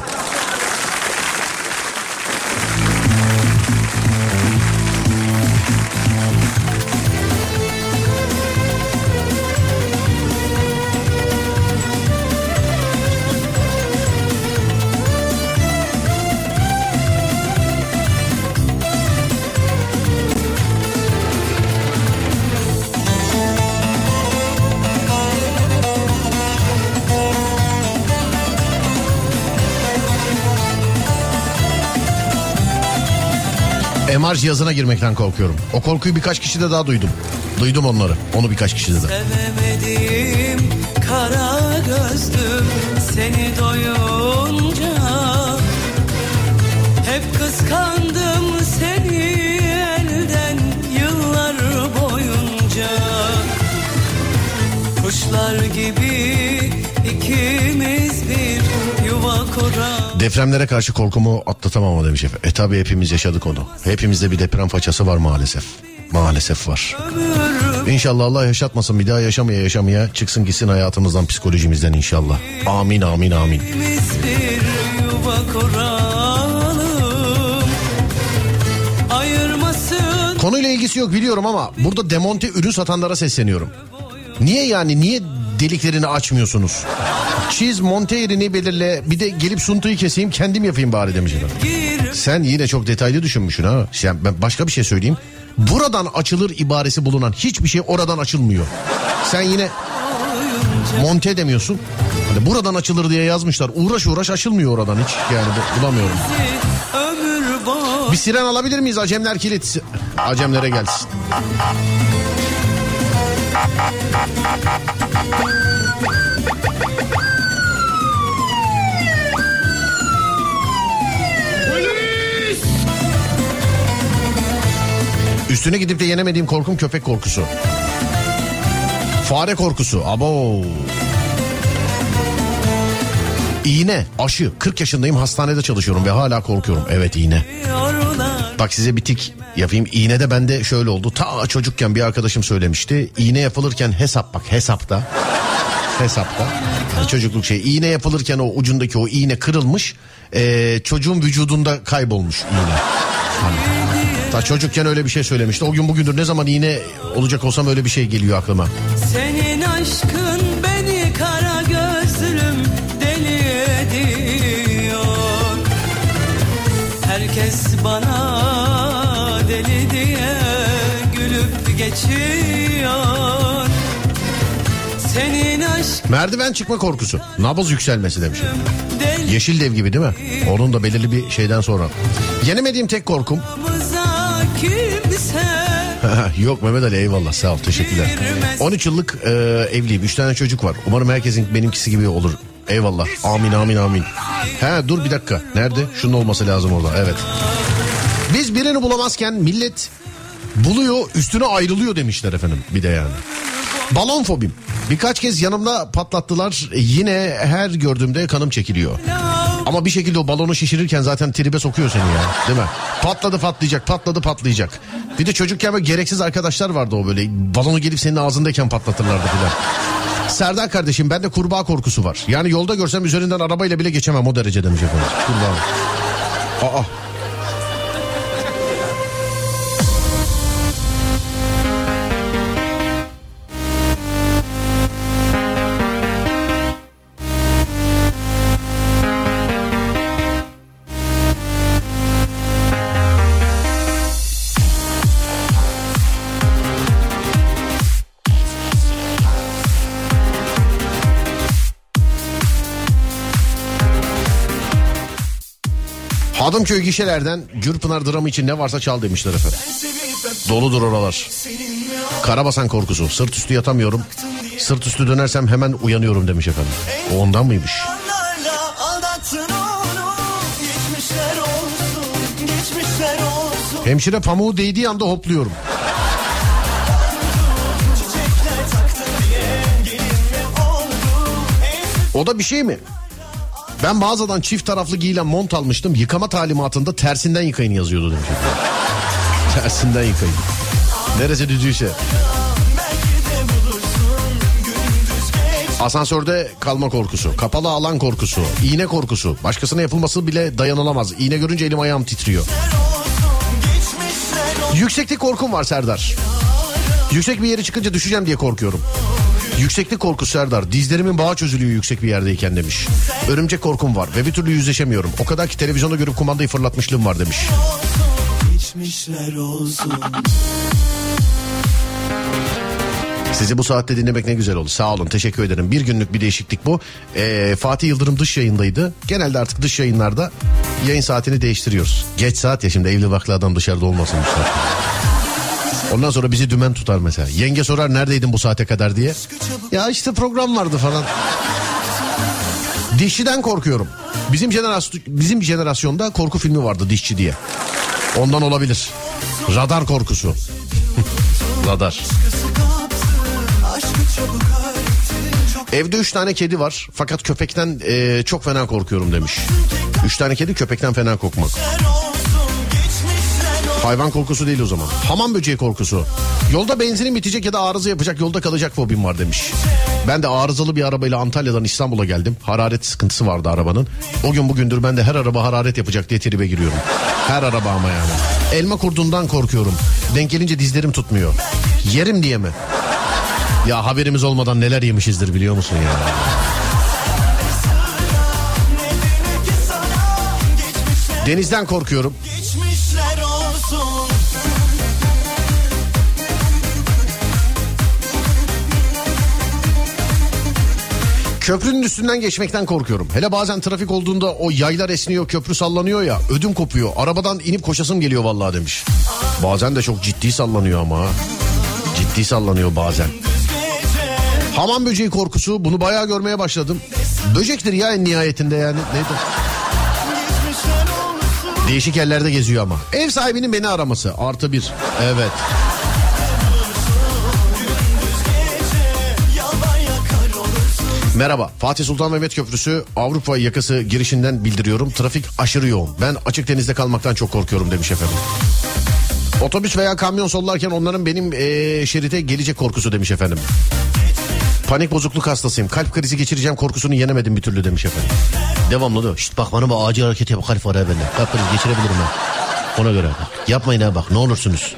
M R cihazına girmekten korkuyorum. O korkuyu birkaç kişide daha duydum. Duydum onları. Onu birkaç kişide de. Sevemedim kara gözlüm seni doyunca. Hep kıskandım seni elden yıllar boyunca. Kuşlar gibi ikimiz bir yuva kurar. Depremlere karşı korkumu atlatamam ama demiş efendim. E tabi hepimiz yaşadık onu. Hepimizde bir deprem façası var maalesef. Maalesef var. İnşallah Allah yaşatmasın, bir daha yaşamaya yaşamaya çıksın gitsin hayatımızdan, psikolojimizden inşallah. Amin amin amin. Konuyla ilgisi yok biliyorum ama burada demonte ürün satanlara sesleniyorum. Niye yani niye deliklerini açmıyorsunuz? Çiz, monte yerini belirle, bir de gelip suntuyu keseyim kendim yapayım bari demiş efendim. Sen yine çok detaylı düşünmüşsün ha. Sen, ben başka bir şey söyleyeyim. Buradan açılır ibaresi bulunan hiçbir şey oradan açılmıyor. Sen yine monte edemiyorsun. Hani buradan açılır diye yazmışlar. Uğraş uğraş açılmıyor oradan hiç. Yani bulamıyorum. Bir siren alabilir miyiz? Acemler kilit. Acemlere gelsin. Üstüne gidip de yenemediğim korkum köpek korkusu. Fare korkusu. Abo. İğne, aşı. kırk yaşındayım, hastanede çalışıyorum ve hala korkuyorum. Evet, iğne. Bak size bir tik yapayım. İğnede bende şöyle oldu. Ta çocukken bir arkadaşım söylemişti. İğne yapılırken hesap, bak hesapta. Hesapta. Yani çocukluk şey. İğne yapılırken o ucundaki o iğne kırılmış. Ee, çocuğun vücudunda kaybolmuş iğne. Hani. Ta çocukken öyle bir şey söylemişti. O gün bugündür ne zaman iğne olacak olsam öyle bir şey geliyor aklıma. Senin aşkın beni kara gözlüm deli ediyor. Herkes bana deli diye gülüp geçiyor. Senin aşkın... Merdiven çıkma korkusu. Nabız yükselmesi demiş. Yeşil dev gibi değil mi? Onun da belirli bir şeyden sonra. Yenemediğim tek korkum... Yok Mehmet Ali, eyvallah, sağ ol, teşekkürler. on üç yıllık e, evliyim, üç tane çocuk var. Umarım herkesin benimkisi gibi olur. Eyvallah, amin amin amin. He dur bir dakika, nerede? Şunun olması lazım orada, evet. Biz birini bulamazken millet buluyor, üstüne ayrılıyor demişler efendim bir de yani. Balon fobim. Birkaç kez yanımda patlattılar. Yine her gördüğümde kanım çekiliyor. Ama bir şekilde o balonu şişirirken zaten tribe sokuyor seni ya. Değil mi? Patladı patlayacak, patladı patlayacak. Bir de çocukken böyle gereksiz arkadaşlar vardı, o böyle balonu gelip senin ağzındayken patlatırlardı filan. Serdar kardeşim, bende kurbağa korkusu var. Yani yolda görsem üzerinden arabayla bile geçemem, o derece demiş efendim. Kurbağa. Aa. Adımköy gişelerden Gürpınar dramı için ne varsa çal demişler efendim. Doludur oralar. Karabasan korkusu. Sırt üstü yatamıyorum. Sırt üstü dönersem hemen uyanıyorum demiş efendim. O ondan mıymış? Hemşire pamuğu değdiği anda hopluyorum. O da bir şey mi? Ben mağazadan çift taraflı giyilen mont almıştım. Yıkama talimatında tersinden yıkayın yazıyordu demiş. Tersinden yıkayın. Neresi düzüyse. Asansörde kalma korkusu, kapalı alan korkusu, iğne korkusu. Başkasına yapılması bile dayanılamaz. İğne görünce elim ayağım titriyor. Yükseklik korkum var Serdar. Yüksek bir yere çıkınca düşeceğim diye korkuyorum. Yükseklik korkusu Serdar. Dizlerimin bağı çözülüyor yüksek bir yerdeyken demiş. Örümcek korkum var ve bir türlü yüzleşemiyorum. O kadar ki televizyonda görüp kumandayı fırlatmışlığım var demiş. Sizi bu saatte dinlemek ne güzel oldu. Sağ olun, teşekkür ederim. Bir günlük bir değişiklik bu. Ee, Fatih Yıldırım dış yayındaydı. Genelde artık dış yayınlarda yayın saatini değiştiriyoruz. Geç saat ya, şimdi evli barklı adam dışarıda olmasın. Ondan sonra bizi dümen tutar mesela. Yenge sorar neredeydin bu saate kadar diye. Ya işte program vardı falan. Dişçiden korkuyorum. Bizim jenerasyon, bizim jenerasyonda korku filmi vardı Dişçi diye. Ondan olabilir. Radar korkusu. Radar. Evde üç tane kedi var fakat köpekten e, çok fena korkuyorum demiş. Üç tane kedi, köpekten fena korkmak. Hayvan korkusu değil o zaman. Hamam böceği korkusu. Yolda benzinim bitecek ya da arıza yapacak, yolda kalacak fobim var demiş. Ben de arızalı bir arabayla Antalya'dan İstanbul'a geldim. Hararet sıkıntısı vardı arabanın. O gün bugündür ben de her araba hararet yapacak diye tribe giriyorum. Her araba ama yani. Elma kurdundan korkuyorum. Denk gelince dizlerim tutmuyor. Yerim diye mi? Ya haberimiz olmadan neler yemişizdir biliyor musun ya? Denizden korkuyorum. Köprünün üstünden geçmekten korkuyorum. Hele bazen trafik olduğunda o yaylar esniyor, köprü sallanıyor ya, ödüm kopuyor. Arabadan inip koşasım geliyor vallahi demiş. Bazen de çok ciddi sallanıyor ama. Ciddi sallanıyor bazen. Hamam böceği korkusu, bunu bayağı görmeye başladım. Böcektir ya en nihayetinde yani. Neydi? Değişik yerlerde geziyor ama. Ev sahibinin beni araması artı bir. Evet. Merhaba, Fatih Sultan Mehmet Köprüsü Avrupa yakası girişinden bildiriyorum. Trafik aşırı yoğun. Ben açık denizde kalmaktan çok korkuyorum demiş efendim. Otobüs veya kamyon sollarken onların benim ee, şerite gelecek korkusu demiş efendim. Panik bozukluk hastasıyım. Kalp krizi geçireceğim korkusunu yenemedim bir türlü demiş efendim. Devamlı diyor. Şşt bak bana bak, acil hareket yap, kalp var ya bende. Kalp krizi geçirebilirim ha. Ona göre bak. Yapmayın ha bak, ne olursunuz.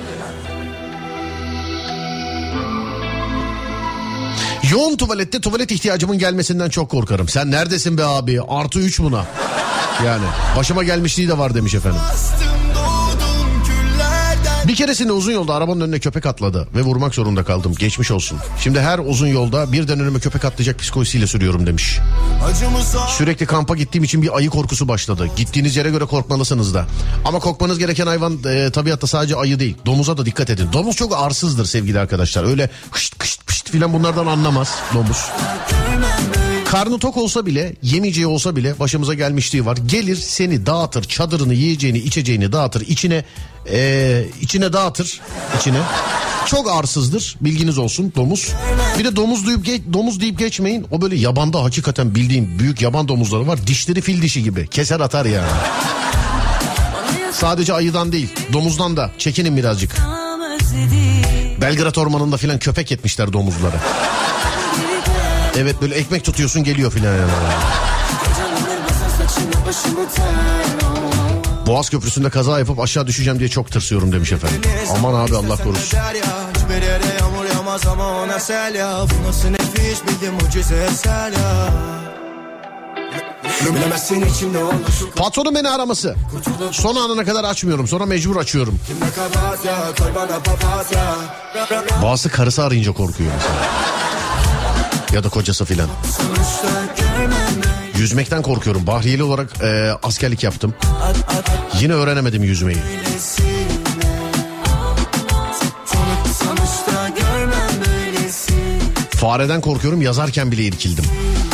Yoğun tuvalette tuvalet ihtiyacımın gelmesinden çok korkarım. Sen neredesin be abi? Artı üç buna. Yani başıma gelmişliği de var demiş efendim. Bir keresinde uzun yolda arabanın önüne köpek atladı ve vurmak zorunda kaldım. Geçmiş olsun. Şimdi her uzun yolda birden önüme köpek atlayacak psikolojisiyle sürüyorum demiş. Sürekli kampa gittiğim için bir ayı korkusu başladı. Gittiğiniz yere göre korkmalısınız da. Ama korkmanız gereken hayvan e, tabiatta sadece ayı değil. Domuza da dikkat edin. Domuz çok arsızdır sevgili arkadaşlar. Öyle hışt kışt pışt filan bunlardan anlamaz domuz. Karnı tok olsa bile, yemeyeceği olsa bile başımıza gelmişliği var. Gelir seni dağıtır, çadırını, yiyeceğini, içeceğini dağıtır, içine ee, içine dağıtır, içine. Çok arsızdır, bilginiz olsun domuz. Bir de domuz deyip, geç, domuz deyip geçmeyin. O böyle yabanda hakikaten bildiğim büyük yaban domuzları var. Dişleri fil dişi gibi, keser atar yani. Sadece ayıdan değil, domuzdan da çekinin birazcık. Belgrad Ormanı'nda filan köpek etmişler domuzlara. Evet, böyle ekmek tutuyorsun geliyor filan yani. Boğaz Köprüsü'nde kaza yapıp aşağı düşeceğim diye çok tırsıyorum demiş efendim. Aman abi, Allah korusun. Patronun beni araması. Son anına kadar açmıyorum, sonra mecbur açıyorum. Bazısı karısı arayınca korkuyor mesela. Ya da kocası filan. Yüzmekten korkuyorum. Bahriyeli olarak e, askerlik yaptım. Yine öğrenemedim yüzmeyi. Fareden korkuyorum. Yazarken bile irkildim.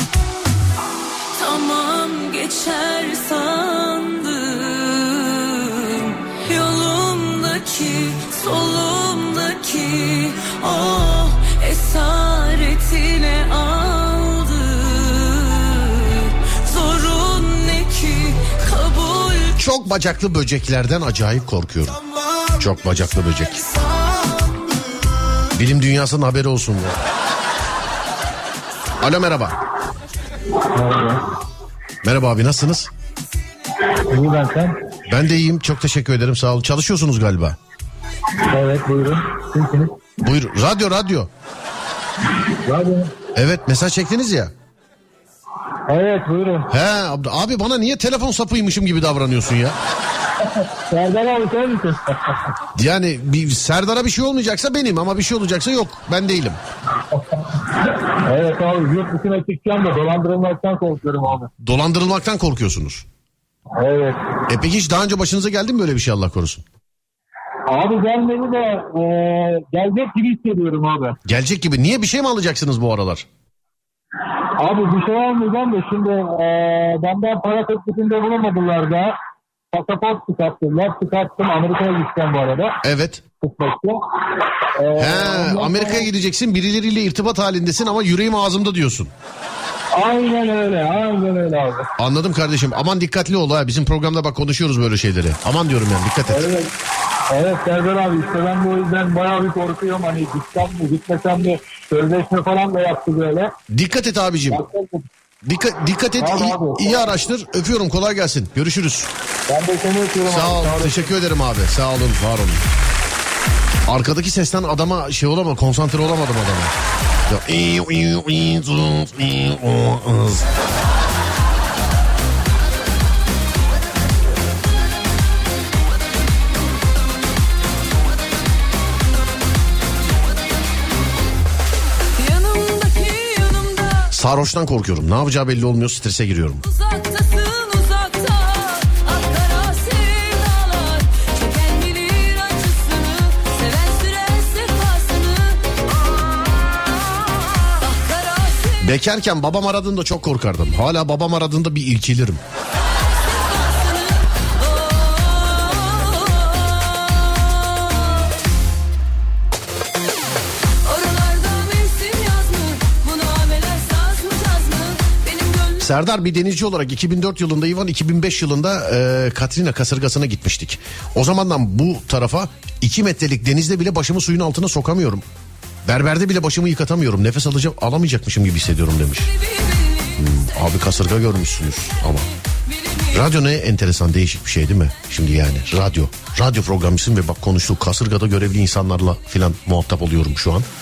Tamam geçer sandım. Yolumdaki, solumdaki oh esaretine aldı. Zorun bacaklı böceklerden acayip korkuyorum. Çok bacaklı böcek. Bilim dünyasının haberi olsun ya. Alo merhaba. Merhaba. Merhaba abi, nasılsınız? İyi ben sen. Ben de iyiyim, çok teşekkür ederim, sağ olun. Çalışıyorsunuz galiba. Evet buyurun. Kimsiniz? Buyur, radyo radyo. Radyo. Evet, mesaj çektiniz ya. Evet buyurun. He abi, bana niye telefon sapıymışım gibi davranıyorsun ya? Serdar abi sen misin? Yani bir Serdar'a bir şey olmayacaksa benim, ama bir şey olacaksa yok, ben değilim. Evet abi, yurt dışına çıkacağım da dolandırılmaktan korkuyorum abi. Dolandırılmaktan korkuyorsunuz. Evet. E peki hiç daha önce başınıza geldi mi böyle bir şey, Allah korusun? Abi gelmedi de e, gelecek gibi hissediyorum abi. Gelecek gibi. Niye, bir şey mi alacaksınız bu aralar? Abi bir şey almayacağım da şimdi e, benden para teklifinde bulunmadılar da. Pasaport çıkarttılar. Çıkarttım, Amerika'ya gideceğim bu arada. Evet. Ee, He, Amerika'ya sonra... gideceksin, birileriyle irtibat halindesin ama yüreğim ağzımda diyorsun. Aynen öyle, aynen öyle abi. Anladım kardeşim, aman dikkatli ol ha, bizim programda bak konuşuyoruz böyle şeyleri. Aman diyorum yani, dikkat et. Evet, evet Serdar abi, işte ben de o yüzden bayağı bir korkuyorum, hani gitsem mi gitmesem mi, sözleşme falan da yaptı böyle. Dikkat et abicim. Dikkat, dikkat et, iyi, iyi araştır. Öpüyorum, kolay gelsin. Görüşürüz. Ben de seni öpüyorum. Sağ ol, abi. teşekkür ederim abi. Sağ olun, var olun. Arkadaki sesten adama şey olamadım, konsantre olamadım adama. Sarhoştan korkuyorum. Ne yapacağı belli olmuyor, strese giriyorum. Uzaktasın uzakta, Ankara sevdalar, çeken bilir acısını, seven sürer sefasını. Ah, bekarken babam aradığında çok korkardım. Hala babam aradığında bir irkilirim. Serdar, bir denizci olarak iki bin dört yılında Ivan, iki bin beş yılında e, Katrina kasırgasına gitmiştik. O zamandan bu tarafa iki metrelik denizde bile başımı suyun altına sokamıyorum. Berberde bile başımı yıkatamıyorum. Nefes alacağım, alamayacakmışım gibi hissediyorum demiş. Hmm, abi kasırga görmüşsünüz ama. Radyo ne enteresan, değişik bir şey değil mi? Şimdi yani radyo. Radyo programcısın ve bak konuştuk, kasırgada görevli insanlarla filan muhatap oluyorum şu an.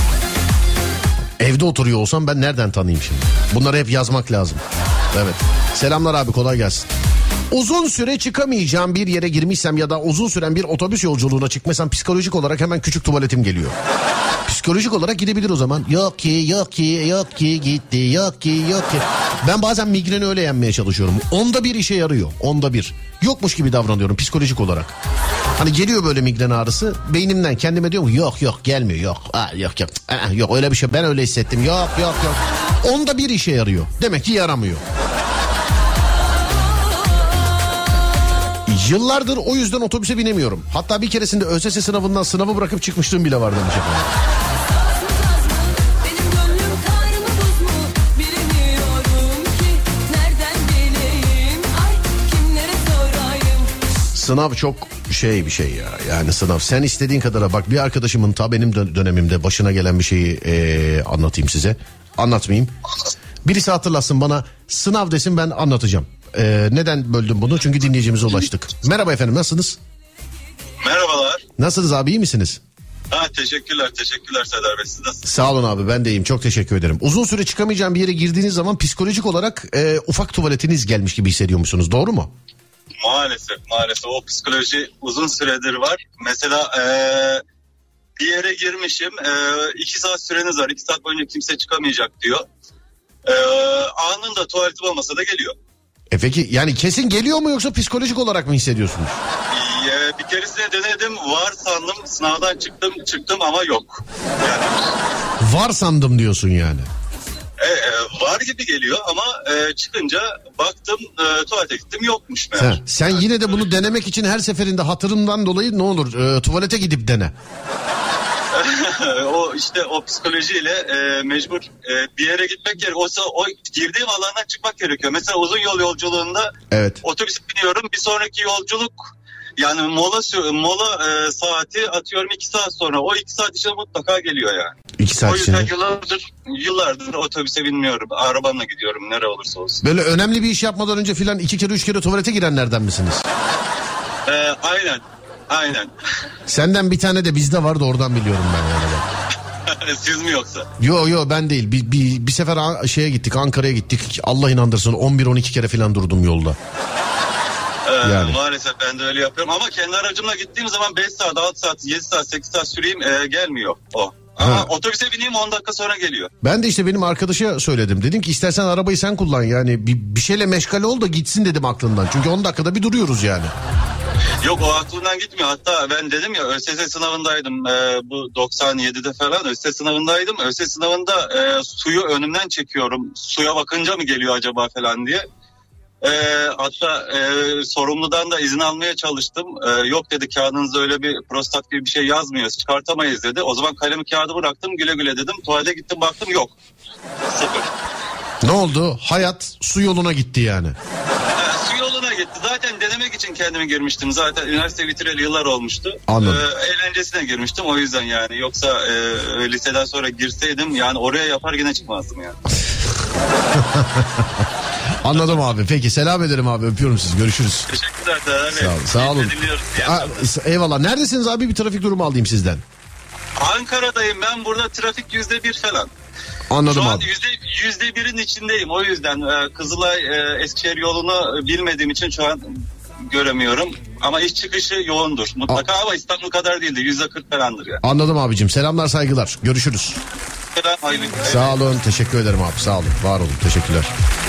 Evde oturuyor olsam ben nereden tanıyayım şimdi? Bunları hep yazmak lazım. Evet. Selamlar abi, kolay gelsin. Uzun süre çıkamayacağım bir yere girmişsem ya da uzun süren bir otobüs yolculuğuna çıkmasam psikolojik olarak hemen küçük tuvaletim geliyor. Psikolojik olarak gidebilir o zaman. Yok ki, yok ki, yok ki gitti, yok ki, yok ki. Ben bazen migreni öyle yenmeye çalışıyorum. Onda bir işe yarıyor, onda bir. Yokmuş gibi davranıyorum psikolojik olarak. Hani geliyor böyle migren ağrısı, beynimden kendime diyorum yok yok gelmiyor, yok Aa, yok yok Aa, yok öyle bir şey, ben öyle hissettim, yok yok yok. Onda bir işe yarıyor, demek ki yaramıyor. Yıllardır o yüzden otobüse binemiyorum. Hatta bir keresinde ÖSS sınavından sınavı bırakıp çıkmışlığım bile var demiş efendim. Sınav çok şey bir şey ya. Yani sınav, sen istediğin kadara bak, bir arkadaşımın ta benim dönemimde başına gelen bir şeyi ee, anlatayım size. Anlatmayayım. Birisi hatırlasın bana, sınav desin, ben anlatacağım. Ee, neden böldüm bunu? Çünkü dinleyicimize ulaştık. Merhaba efendim, nasılsınız? Merhabalar. Nasılsınız abi, iyi misiniz? Ha, teşekkürler teşekkürler Serdar Bey, siz nasılsınız? Sağ olun abi, ben de iyiyim, çok teşekkür ederim. Uzun süre çıkamayacağım bir yere girdiğiniz zaman psikolojik olarak e, ufak tuvaletiniz gelmiş gibi hissediyormuşsunuz, doğru mu? Maalesef maalesef o psikoloji uzun süredir var. Mesela ee, bir yere girmişim, e, iki saat süreniz var, iki saat boyunca kimse çıkamayacak diyor. E, anında tuvaletim olmasa da geliyor. E peki yani kesin geliyor mu, yoksa psikolojik olarak mı hissediyorsunuz? Ee, bir keresinde denedim, var sandım, sınavdan çıktım çıktım ama yok. Yani... Var sandım diyorsun yani. E, e, var gibi geliyor ama e, çıkınca baktım, e, tuvalete gittim, yokmuş meğer. Sen, sen yani, yine de bunu denemek için her seferinde hatırımdan dolayı ne olur e, tuvalete gidip dene. o işte o psikolojiyle e, mecbur e, bir yere gitmek gerekiyor. O, o girdiğim alandan çıkmak gerekiyor. Mesela uzun yol yolculuğunda evet. Otobüse biniyorum. Bir sonraki yolculuk yani mola mola e, saati atıyorum iki saat sonra. O iki saat içinde mutlaka geliyor yani. İki saat o yüzden içinde. yıllardır, yıllardır otobüse binmiyorum. Arabamla gidiyorum nere olursa olsun. Böyle önemli bir iş yapmadan önce filan iki kere üç kere tuvalete girenlerden misiniz? E, aynen. Aynen. Senden bir tane de bizde vardı, oradan biliyorum ben yani. Siz mi yoksa? Yo yo ben değil. Bir, bir, bir sefer şeye gittik, Ankara'ya gittik. Allah inandırsın on bir on iki kere falan durdum yolda. Ee, yani. Maalesef ben de öyle yapıyorum. Ama kendi aracımla gittiğim zaman beş saat, altı saat, yedi saat, sekiz saat süreyim e, gelmiyor o. Ama ha. Otobüse bineyim on dakika sonra geliyor. Ben de işte benim arkadaşa söyledim. Dedim ki istersen arabayı sen kullan yani. Bir, bir şeyle meşgale ol da gitsin dedim aklından. Çünkü on dakikada bir duruyoruz yani. Yok o aklından gitmiyor. Hatta ben dedim ya ÖSS sınavındaydım. Ee, bu doksan yedide falan ÖSS sınavındaydım. ÖSS sınavında e, suyu önümden çekiyorum. Suya bakınca mı geliyor acaba falan diye. E, hatta e, sorumludan da izin almaya çalıştım. E, yok dedi kağıdınızda öyle bir prostat gibi bir şey yazmıyor. Çıkartamayız dedi. O zaman kalemi kağıdı bıraktım güle güle dedim. Tuvalete gittim baktım yok. Sıfır. Ne oldu? Hayat su yoluna gitti yani. Gitti. Zaten denemek için kendimi girmiştim. Zaten üniversite bitireli yıllar olmuştu. Anladım. Ee, eğlencesine girmiştim o yüzden yani. Yoksa e, liseden sonra girseydim yani oraya yapar yine çıkmazdım yani. Anladım abi. Peki selam ederim abi. Öpüyorum sizi. Görüşürüz. Teşekkürler. Değerli. Sağ, ol, sağ olun. Aa, eyvallah. Neredesiniz abi? Bir trafik durumu alayım sizden. Ankara'dayım. Ben burada trafik yüzde bir falan. Anladım Şu an abi. yüzde, yüzde birin içindeyim. O yüzden e, Kızılay e, Eskişehir yolunu bilmediğim için şu an göremiyorum. Ama iş çıkışı yoğundur. Mutlaka A- ama İstanbul kadar değildir. Yüzde kırk falandır yani. Anladım abicim. Selamlar saygılar. Görüşürüz. Hayırlı. Sağ olun. Teşekkür ederim abi. Sağ olun. Var olun. Teşekkürler.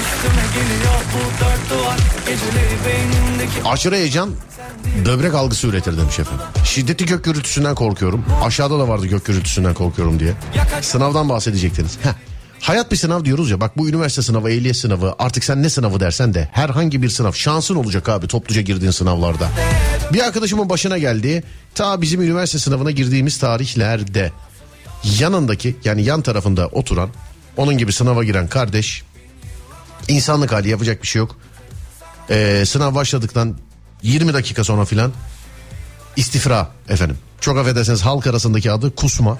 Aşırı heyecan böbrek algısı üretir demiş efendim. Şiddetli gök gürültüsünden korkuyorum. Aşağıda da vardı gök gürültüsünden korkuyorum diye. Sınavdan bahsedecektiniz. Heh. Hayat bir sınav diyoruz ya, bak bu üniversite sınavı, ehliyet sınavı, artık sen ne sınavı dersen de herhangi bir sınav şansın olacak abi topluca girdiğin sınavlarda. Bir arkadaşımın başına geldi, ta bizim üniversite sınavına girdiğimiz tarihlerde yanındaki, yani yan tarafında oturan, onun gibi sınava giren kardeş, insanlık hali, yapacak bir şey yok. Ee, sınav başladıktan yirmi dakika sonra filan istifra efendim. Çok affedersiniz, halk arasındaki adı kusma.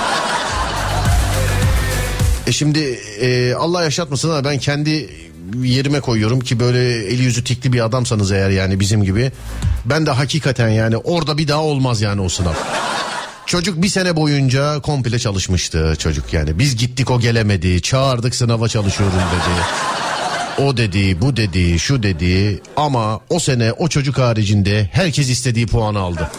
E şimdi e, Allah yaşatmasın ama ben kendi yerime koyuyorum ki böyle eli yüzü tikli bir adamsanız eğer, yani bizim gibi, ben de hakikaten yani orada bir daha olmaz yani o sınav. Çocuk bir sene boyunca komple çalışmıştı çocuk yani. Biz gittik, o gelemedi, çağırdık, sınava çalışıyorum dedi. O dedi, bu dedi, şu dedi, ama o sene o çocuk haricinde herkes istediği puanı aldı.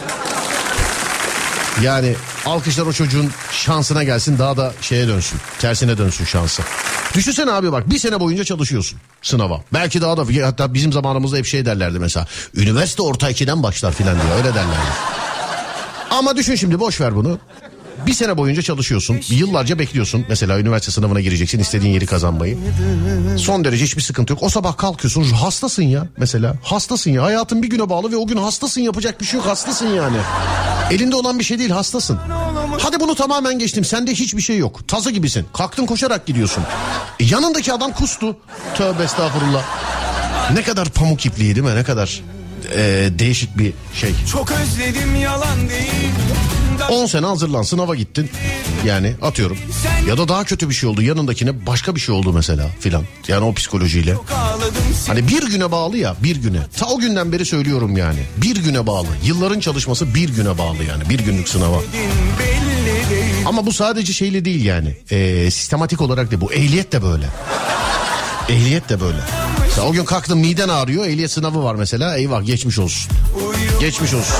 Yani alkışlar o çocuğun şansına gelsin, daha da şeye dönsün, tersine dönsün şansı. Düşünsene abi, bak bir sene boyunca çalışıyorsun sınava. Belki daha da, hatta bizim zamanımızda hep şey derlerdi mesela, üniversite orta ikiden başlar filan diye, öyle derlerdi. Ama düşün şimdi, boş ver bunu. Bir sene boyunca çalışıyorsun, yıllarca bekliyorsun. Mesela üniversite sınavına gireceksin, istediğin yeri kazanmayı. Son derece hiçbir sıkıntı yok. O sabah kalkıyorsun, hastasın ya mesela. Hastasın ya, hayatın bir güne bağlı ve o gün hastasın, yapacak bir şey yok, hastasın yani. Elinde olan bir şey değil, hastasın. Hadi bunu tamamen geçtim, sende hiçbir şey yok. Tazı gibisin, kalktın koşarak gidiyorsun. E, yanındaki adam kustu. Tövbe estağfurullah. Ne kadar pamuk ipliği değil mi, ne kadar e, değişik bir şey. Çok özledim, yalan değil. on sene hazırlan, sınava gittin. Yani atıyorum. Ya da daha kötü bir şey oldu, yanındakine başka bir şey oldu mesela filan. Yani o psikolojiyle. Hani bir güne bağlı ya, bir güne. Ta o günden beri söylüyorum yani. Bir güne bağlı. Yılların çalışması bir güne bağlı yani. Bir günlük sınava. Ama bu sadece şeyle değil yani. Ee, sistematik olarak değil. Bu ehliyet de böyle. Ehliyet de böyle. Mesela o gün kalktın, miden ağrıyor, ehliyet sınavı var mesela. Eyvah, geçmiş olsun. Geçmiş olsun.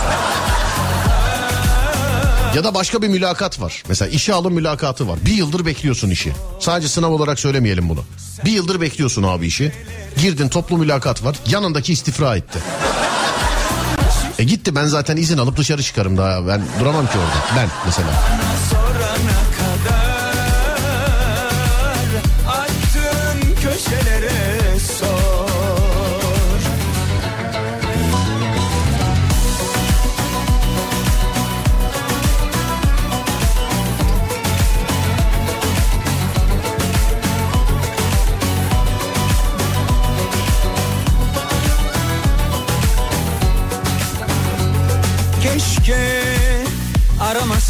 Ya da başka bir mülakat var. Mesela işe alım mülakatı var. Bir yıldır bekliyorsun işi. Sadece sınav olarak söylemeyelim bunu. Bir yıldır bekliyorsun abi işi. Girdin, toplu mülakat var. Yanındaki istifra etti. E gitti, ben zaten izin alıp dışarı çıkarım daha. Ben duramam ki orada. Ben mesela.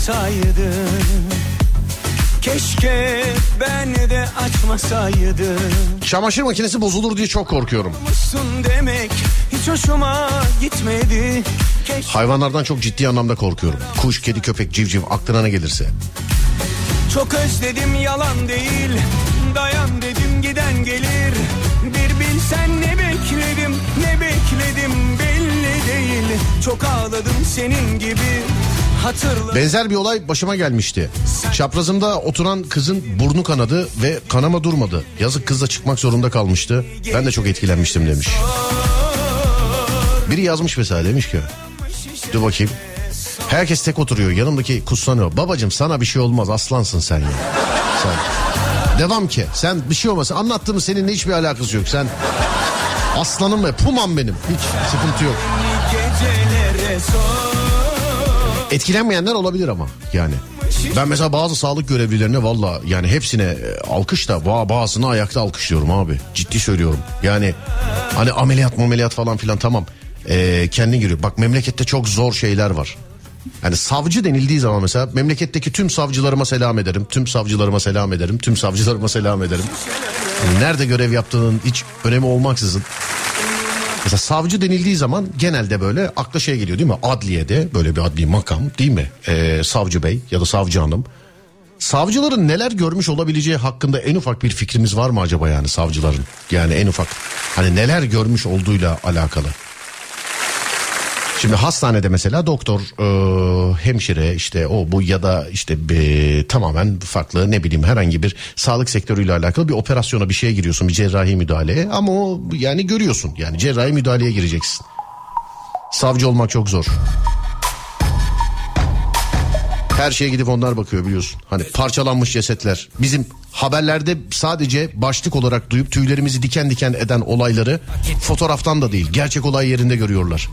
açmasaydın. Keşke ben de açmasaydım. Çamaşır makinesi bozulur diye çok korkuyorum. Demek hiç hoşuma gitmedi. Keşke... Hayvanlardan çok ciddi anlamda korkuyorum. Kuş, kedi, köpek, civciv aklına ne gelirse. Çok özledim, yalan değil. Dayan dedim, giden gelir. Bir bilsen ne bekledim, ne bekledim belli değil. Çok ağladım senin gibi. Hatırla. Benzer bir olay başıma gelmişti. Çaprazımda oturan kızın burnu kanadı ve kanama durmadı. Yazık, kız da çıkmak zorunda kalmıştı. Ben de çok etkilenmiştim demiş. Biri yazmış mesela, demiş ki dur bakayım. Herkes tek oturuyor, yanımdaki kuslanıyor. Babacım sana bir şey olmaz, aslansın sen ya. Sen. Devam ki sen bir şey olmasın. Anlattığımız seninle hiçbir alakası yok. Sen aslanım ve pumam benim. Hiç sıkıntı yok. Etkilenmeyenler olabilir ama yani. Ben mesela bazı sağlık görevlilerine valla yani hepsine alkış da bazısını ayakta alkışlıyorum abi. Ciddi söylüyorum. Yani hani ameliyat ameliyat falan filan tamam. Ee, kendin giriyor. Bak memlekette çok zor şeyler var. Yani savcı denildiği zaman mesela memleketteki tüm savcılarıma selam ederim. Tüm savcılarıma selam ederim. Tüm savcılarıma selam ederim. Yani nerede görev yaptığının hiç önemi olmaksızın. Mesela savcı denildiği zaman genelde böyle akla şey geliyor değil mi? Adliyede böyle bir adli makam değil mi? Ee, savcı bey ya da savcı hanım. Savcıların neler görmüş olabileceği hakkında en ufak bir fikrimiz var mı acaba yani savcıların? Yani en ufak hani neler görmüş olduğuyla alakalı. Şimdi hastanede mesela doktor, e, hemşire işte o bu ya da işte e, tamamen farklı ne bileyim herhangi bir sağlık sektörüyle alakalı bir operasyona bir şeye giriyorsun, bir cerrahi müdahaleye ama o yani görüyorsun yani cerrahi müdahaleye gireceksin. Savcı olmak çok zor. Her şeye gidip onlar bakıyor biliyorsun. Hani parçalanmış cesetler. Bizim haberlerde sadece başlık olarak duyup tüylerimizi diken diken eden olayları fotoğraftan da değil gerçek olay yerinde görüyorlar.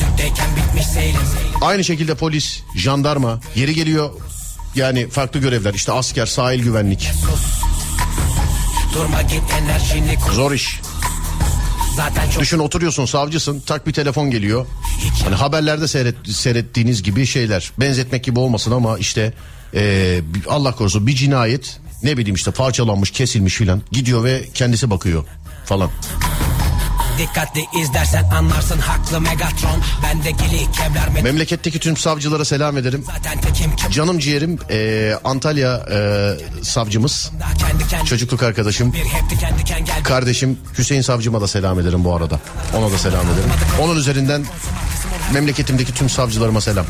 Aynı şekilde polis, jandarma, yeri geliyor yani farklı görevler. İşte asker, sahil güvenlik. Zor iş. Düşün oturuyorsun, savcısın, tak bir telefon geliyor. Hani haberlerde seyret, seyrettiğiniz gibi şeyler. Benzetmek gibi olmasın ama işte ee, Allah korusun bir cinayet, ne bileyim işte parçalanmış, kesilmiş filan, gidiyor ve kendisi bakıyor falan. Dikkatli izlersen anlarsın haklı Megatron. Ben de gili kevler med- Memleketteki tüm savcılara selam ederim. Canım ciğerim e, Antalya e, savcımız, çocukluk arkadaşım, kardeşim Hüseyin savcıma da selam ederim bu arada. Ona da selam ederim. Onun üzerinden memleketimdeki tüm savcılarıma selam.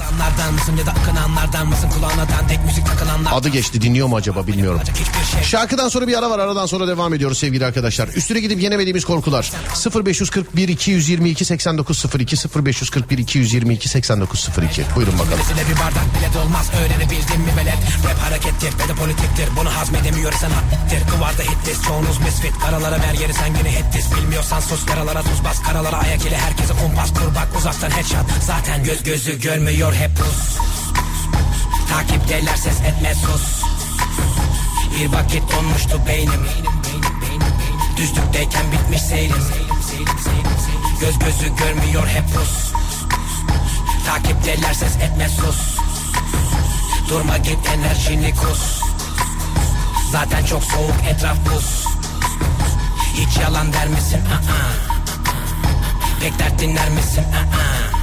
Adı geçti, dinliyor mu acaba bilmiyorum. Şarkıdan sonra bir ara var, aradan sonra devam ediyoruz sevgili arkadaşlar. Üstüne gidip yenemediğimiz korkular. sıfır beş kırk bir iki yüz yirmi iki seksen dokuz sıfır iki sıfır beş kırk bir iki yüz yirmi iki seksen dokuz sıfır iki. Buyurun bakalım. Bir bardak bile dolmaz, öğrenebildin mi velet? Rap harekettir ve de politiktir, bunu hazmedemiyorsan hattir. Kıvarda hitlis, çoğunuz misfit, karalara ver yeri sen yine hitlis. Bilmiyorsan sus, karalara tuz bas, karalara ayak ile herkese kumpas kur bak uzaktan headshot. Zaten göz gözü görmüyor hep pus. Takipteler ses etme sus. Bir vakit donmuştu beynim. Düzlükteyken bitmiş seyrim. Göz gözü görmüyor hep pus. Takipteler ses etme sus. Durma git enerjini kus. Zaten çok soğuk etraf buz. Hiç yalan der misin? Uh-uh. Pek dert dinler misin? Uh-uh.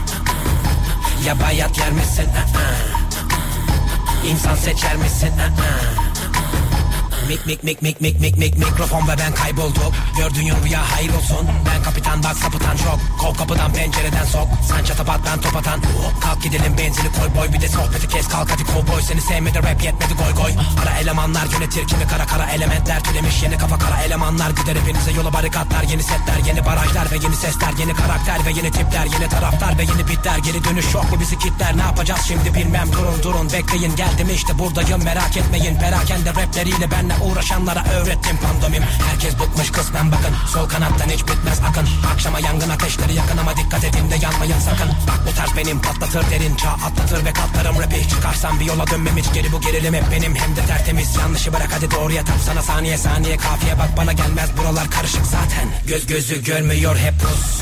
Ya bayat yer misin? Uh-uh. İnsan seçer misin? Uh-uh. Mik mik mik mik mik mik mik mikrofon ve ben kaybolduk. Gördüğün rüya hayır olsun. Ben kapitan bak sapıtan çok. Kol kapıdan pencereden sok. Sen çatapat ben top atan. Kalk gidelim benzini koy boy. Bir de sohbeti kes kalk hadi kovboy. Seni sevmedi rap yetmedi goy goy. Ara elemanlar yönetir kimi kara kara elementler. Türemiş yeni kafa kara elemanlar. Gider hepinize yola barikatlar. Yeni setler yeni barajlar ve yeni sesler. Yeni karakter ve yeni tipler. Yeni taraftar ve yeni bitler. Geri dönüş yok mu bizi kitler. Ne yapacağız şimdi bilmem. Durun durun bekleyin geldim işte buradayım merak etmeyin. Perakende rapleriyle benle uğraşanlara öğrettim pandomim. Herkes bıkmış kısmen bakın. Sol kanattan hiç bitmez akın. Akşama yangın ateşleri yakın ama dikkat edin de yanmayın sakın. Bak bu tarz benim patlatır derin çağ atlatır ve katlarım rapi. Çıkarsam bir yola dönmem hiç geri bu gerilim hep benim. Hem de tertemiz yanlışı bırak hadi doğruya tap sana saniye saniye kafiye bak bana gelmez buralar karışık zaten. Göz gözü görmüyor hep pus.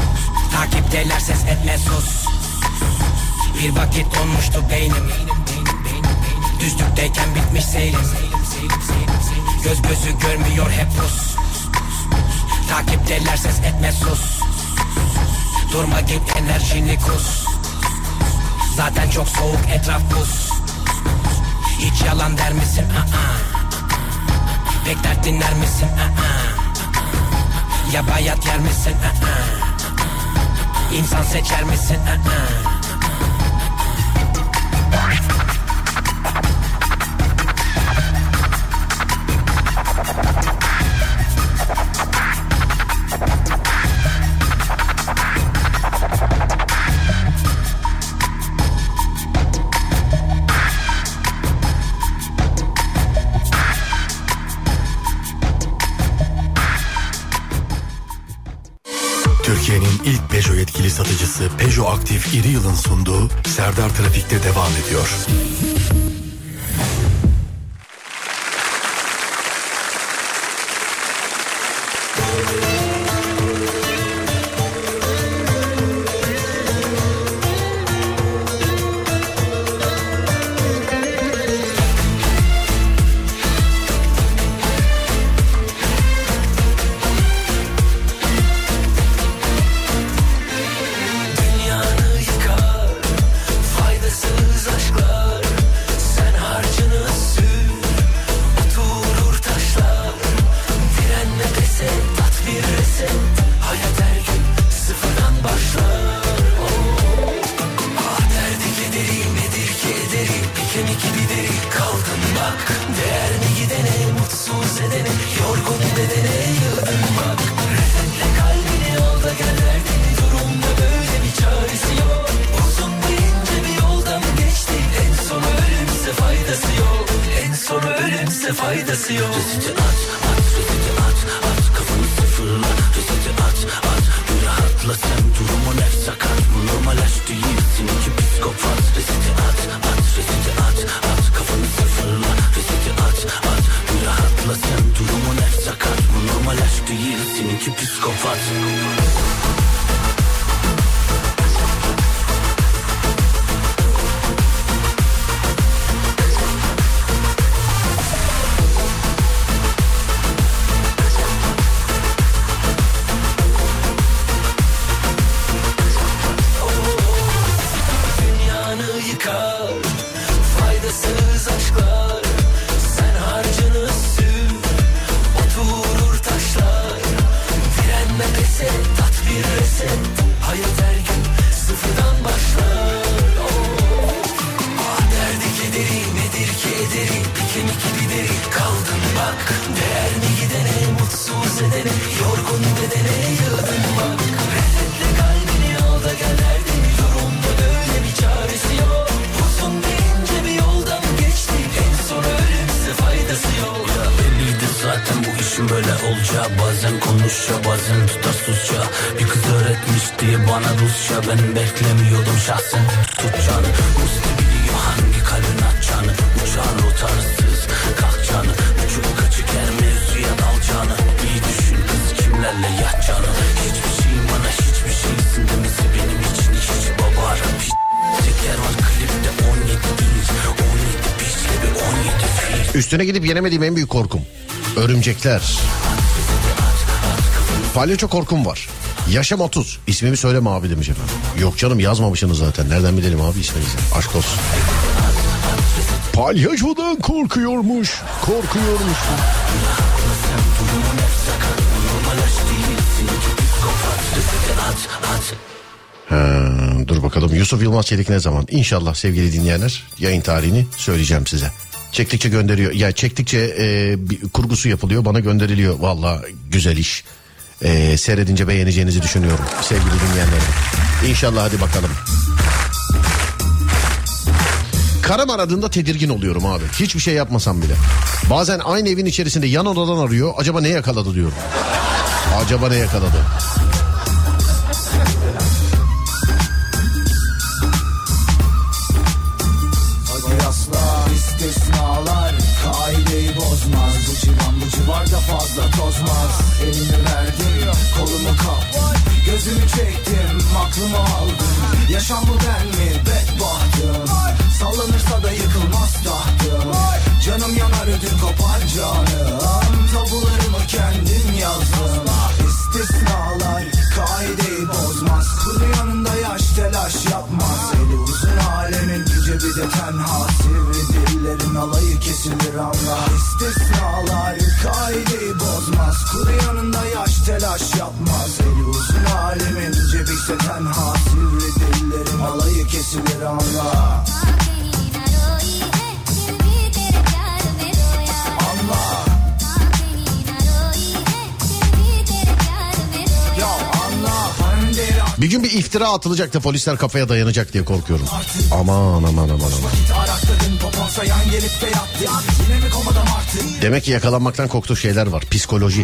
Takipteler ses etme sus. Bir vakit donmuştu beynim. Düzlükteyken bitmiş seyrim. Göz gözü görmüyor hep Rus. Takipteler ses etme sus. Durma git enerjini kus. Zaten çok soğuk etraf buz. Hiç yalan der misin? Aa. Pek dert dinler misin? Aa. Ya bayat yer misin? Aa. İnsan seçer misin? Aa. Türkiye'nin ilk Peugeot yetkili satıcısı Peugeot Aktif İri Yıl'ın sunduğu Serdar Trafik'te devam ediyor. Üstüne gidip yenemediğim en büyük korkum örümcekler. Palyaço korkum var. Yaşam otuz. İsmimi söyleme abi demiş efendim. Yok canım, yazmamışsınız zaten. Nereden bilelim abi isminizi? Aşk olsun. Palyaçodan korkuyormuş. Korkuyormuş. Ha, dur bakalım Yusuf Yılmaz Çelik ne zaman? İnşallah sevgili dinleyenler, yayın tarihini söyleyeceğim size. Çektikçe gönderiyor. Ya çektikçe e, bir kurgusu yapılıyor, bana gönderiliyor. Vallahi güzel iş. E, seyredince beğeneceğinizi düşünüyorum sevgili dinleyenler. İnşallah, hadi bakalım. Karım aradığında tedirgin oluyorum abi. Hiçbir şey yapmasam bile. Bazen aynı evin içerisinde yan odadan arıyor. Acaba ne yakaladı diyorum. Acaba ne yakaladı? İstisnalar kaideyi bozmaz. Bu civan bu civarda fazla tozmaz. Elimi verdim, kolumu kap, gözümü çektim, aklımı aldım. Yaşam bu ben mi bedbahtım? Sallanırsa da yıkılmaz tahtım. canım. Tabularımı kendim yazdım. İstisnalar kaideyi bozmaz. Kuru yanında yaş telaş yapmaz. Eli uzun alemin güce bir de tenha. Sivri dillerin alayı kesilir anla. İstisnalar kaideyi bozmaz. Kuru yanında yaş telaş yapmaz. Eli uzun alemin cebi ise tenha. Sivri dillerin alayı kesilir anla. Bir gün bir iftira atılacak da polisler kafaya dayanacak diye korkuyorum. Aman aman aman aman. Demek ki yakalanmaktan korktuğu şeyler var. Psikoloji.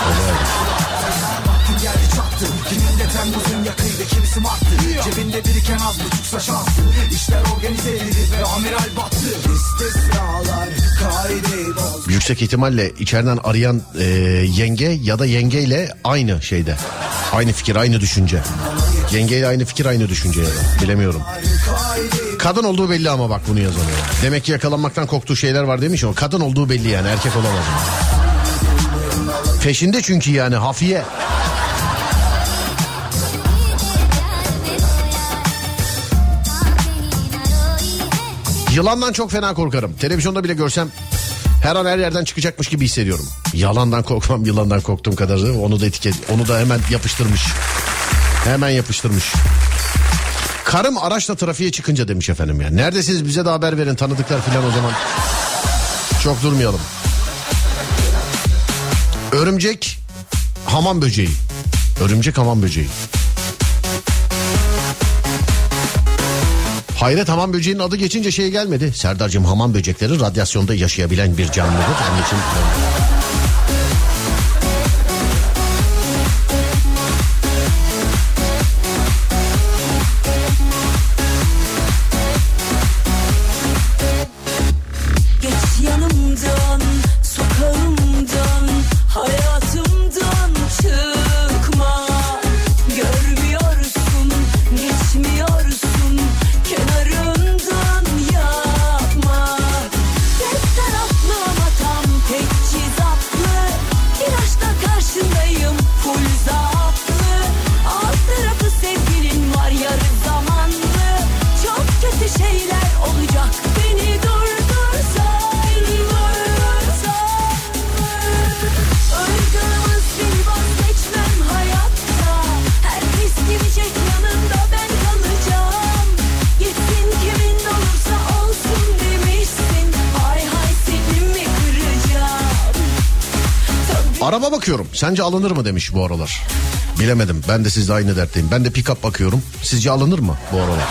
Cebinde biriken az buçuksa şansı. İşler organize edildi ve amiral battı. İstisnalar kaideyi boz. Yüksek ihtimalle içeriden arayan e, yenge ya da yengeyle aynı şeyde. Aynı fikir, aynı düşünce. Yengeyle aynı fikir, aynı düşünce ya da. Bilemiyorum. Kadın olduğu belli ama bak bunu yazan. Demek ki yakalanmaktan korktuğu şeyler var demiş ama kadın olduğu belli yani, erkek olamaz. Peşinde çünkü yani hafiye. Yılandan çok fena korkarım. Televizyonda bile görsem her an her yerden çıkacakmış gibi hissediyorum. Yalandan korkmam, yılandan korktuğum kadar. Onu da etiket, onu da hemen yapıştırmış. Hemen yapıştırmış. Karım araçla trafiğe çıkınca demiş efendim ya. Neredesiniz, bize de haber verin, tanıdıklar filan o zaman. Çok durmayalım. Örümcek, hamam böceği. Örümcek, hamam böceği. Hayret, hamam böceğinin adı geçince şey gelmedi. Serdar'cığım, hamam böcekleri radyasyonda yaşayabilen bir canlıdır. Onun için... Geç yanımdan, sokağımdan, hayatımdan çıkma. Görmüyorsun, geçmiyorsun, kenarımdan yapma. Tek taraflı ama tam teçhizatlı. Virajda karşındayım, full zaaflı. Alt tarafı sevgilin var yarı zamanlı. Çok kötü şeyler olacak, beni durdursan, durdursan. Irgağımız bir vazgeçmem hayatta. Herkes gidecek, yanında ben kalacağım. Gitsin kimin olursa olsun demişsin. Hay hay seni mi kıracağım? Tabii. Araba bakıyorum. Sence alınır mı demiş bu aralar. Bilemedim. Ben de sizle aynı dertteyim. Ben de pick-up bakıyorum. Sizce alınır mı bu aralar?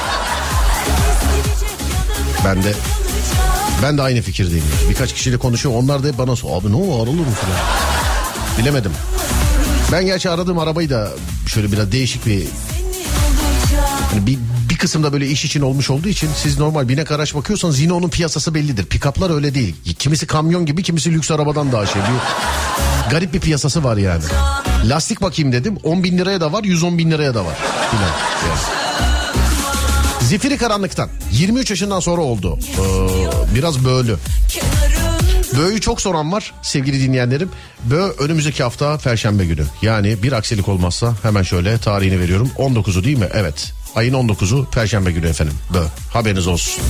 Ben de ben de aynı fikirdeyim. Birkaç kişiyle konuşuyorum. Onlar da hep bana soruyor. Abi ne o, arılır mı falan. Bilemedim. Ben gerçi aradığım arabayı da şöyle biraz değişik bir... Yani bir, bir kısımda böyle iş için olmuş olduğu için siz normal binek araç bakıyorsanız yine onun piyasası bellidir. Pick-up'lar öyle değil. Kimisi kamyon gibi, kimisi lüks arabadan daha şey. Bir, garip bir piyasası var yani. Lastik bakayım dedim. on bin liraya da var, yüz on bin liraya da var. Bilmem. Yani. Zifiri karanlıktan. yirmi üç yaşından sonra oldu. Ee, biraz böğlü. Böğü çok soran var sevgili dinleyenlerim. Bö önümüzdeki hafta Perşembe günü. Yani bir aksilik olmazsa hemen şöyle tarihini veriyorum. on dokuzu değil mi? Evet. Ayın on dokuzu Perşembe günü efendim. Bö. Haberiniz olsun.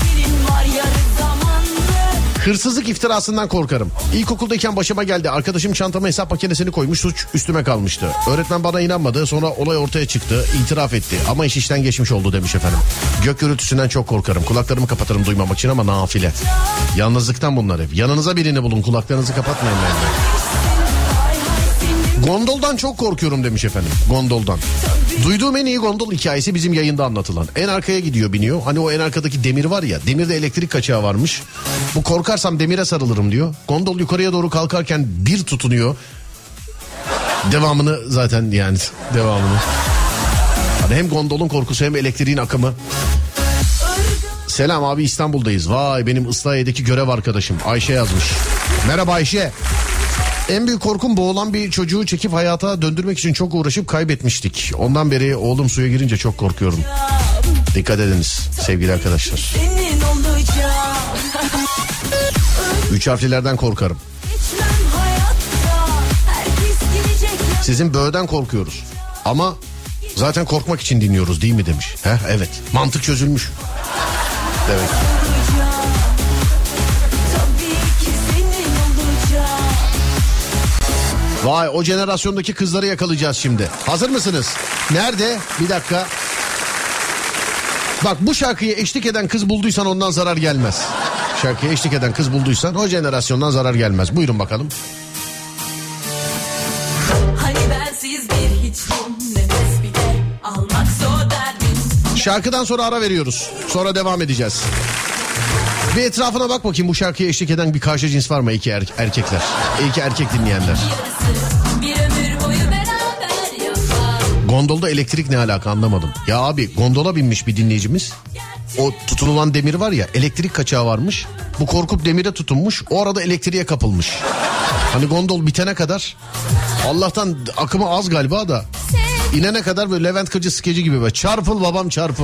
Hırsızlık iftirasından korkarım. İlkokuldayken başıma geldi. Arkadaşım çantama hesap makinesini koymuş, suç üstüme kalmıştı. Öğretmen bana inanmadı. Sonra olay ortaya çıktı. İtiraf etti. Ama iş işten geçmiş oldu demiş efendim. Gök gürültüsünden çok korkarım. Kulaklarımı kapatırım duymamak için ama nafile. Yalnızlıktan bunlar hep. Yanınıza birini bulun. Kulaklarınızı kapatmayın bence. Gondoldan çok korkuyorum demiş efendim. Gondoldan. Duyduğum en iyi gondol hikayesi bizim yayında anlatılan. En arkaya gidiyor, biniyor. Hani o en arkadaki demir var ya. Demirde elektrik kaçağı varmış. Bu korkarsam demire sarılırım diyor. Gondol yukarıya doğru kalkarken bir tutunuyor. Devamını zaten yani devamını. Hani hem gondolun korkusu hem elektriğin akımı. Selam abi, İstanbul'dayız. Vay, benim Islahiye'deki görev arkadaşım Ayşe yazmış. Merhaba Ayşe. En büyük korkum boğulan bir çocuğu çekip hayata döndürmek için çok uğraşıp kaybetmiştik. Ondan beri oğlum suya girince çok korkuyorum. Dikkat ediniz sevgili arkadaşlar. Üç harflilerden korkarım. Sizin böğden korkuyoruz. Ama zaten korkmak için dinliyoruz değil mi demiş. Heh, evet, mantık çözülmüş. Evet. Vay, o jenerasyondaki kızları yakalayacağız şimdi. Hazır mısınız? Nerede? Bir dakika. Bak, bu şarkıya eşlik eden kız bulduysan ondan zarar gelmez. Şarkıya eşlik eden kız bulduysan o jenerasyondan zarar gelmez. Buyurun bakalım. Hani bensiz bir hiçliğim, nefes bile almak zor derdim. Şarkıdan sonra ara veriyoruz. Sonra devam edeceğiz. Bir etrafına bak bakayım, bu şarkıya eşlik eden bir karşı cins var mı? İki er- erkekler. İki erkek dinleyenler. Bir ömür boyu beraber yapar. Gondolda elektrik ne alaka, anlamadım. Ya abi, gondola binmiş bir dinleyicimiz. O tutunulan demir var ya, elektrik kaçağı varmış. Bu korkup demire tutunmuş. O arada elektriğe kapılmış. Hani gondol bitene kadar, Allah'tan akımı az galiba da, inene kadar böyle Levent Kırcı skeci gibi böyle çarpıl babam çarpıl.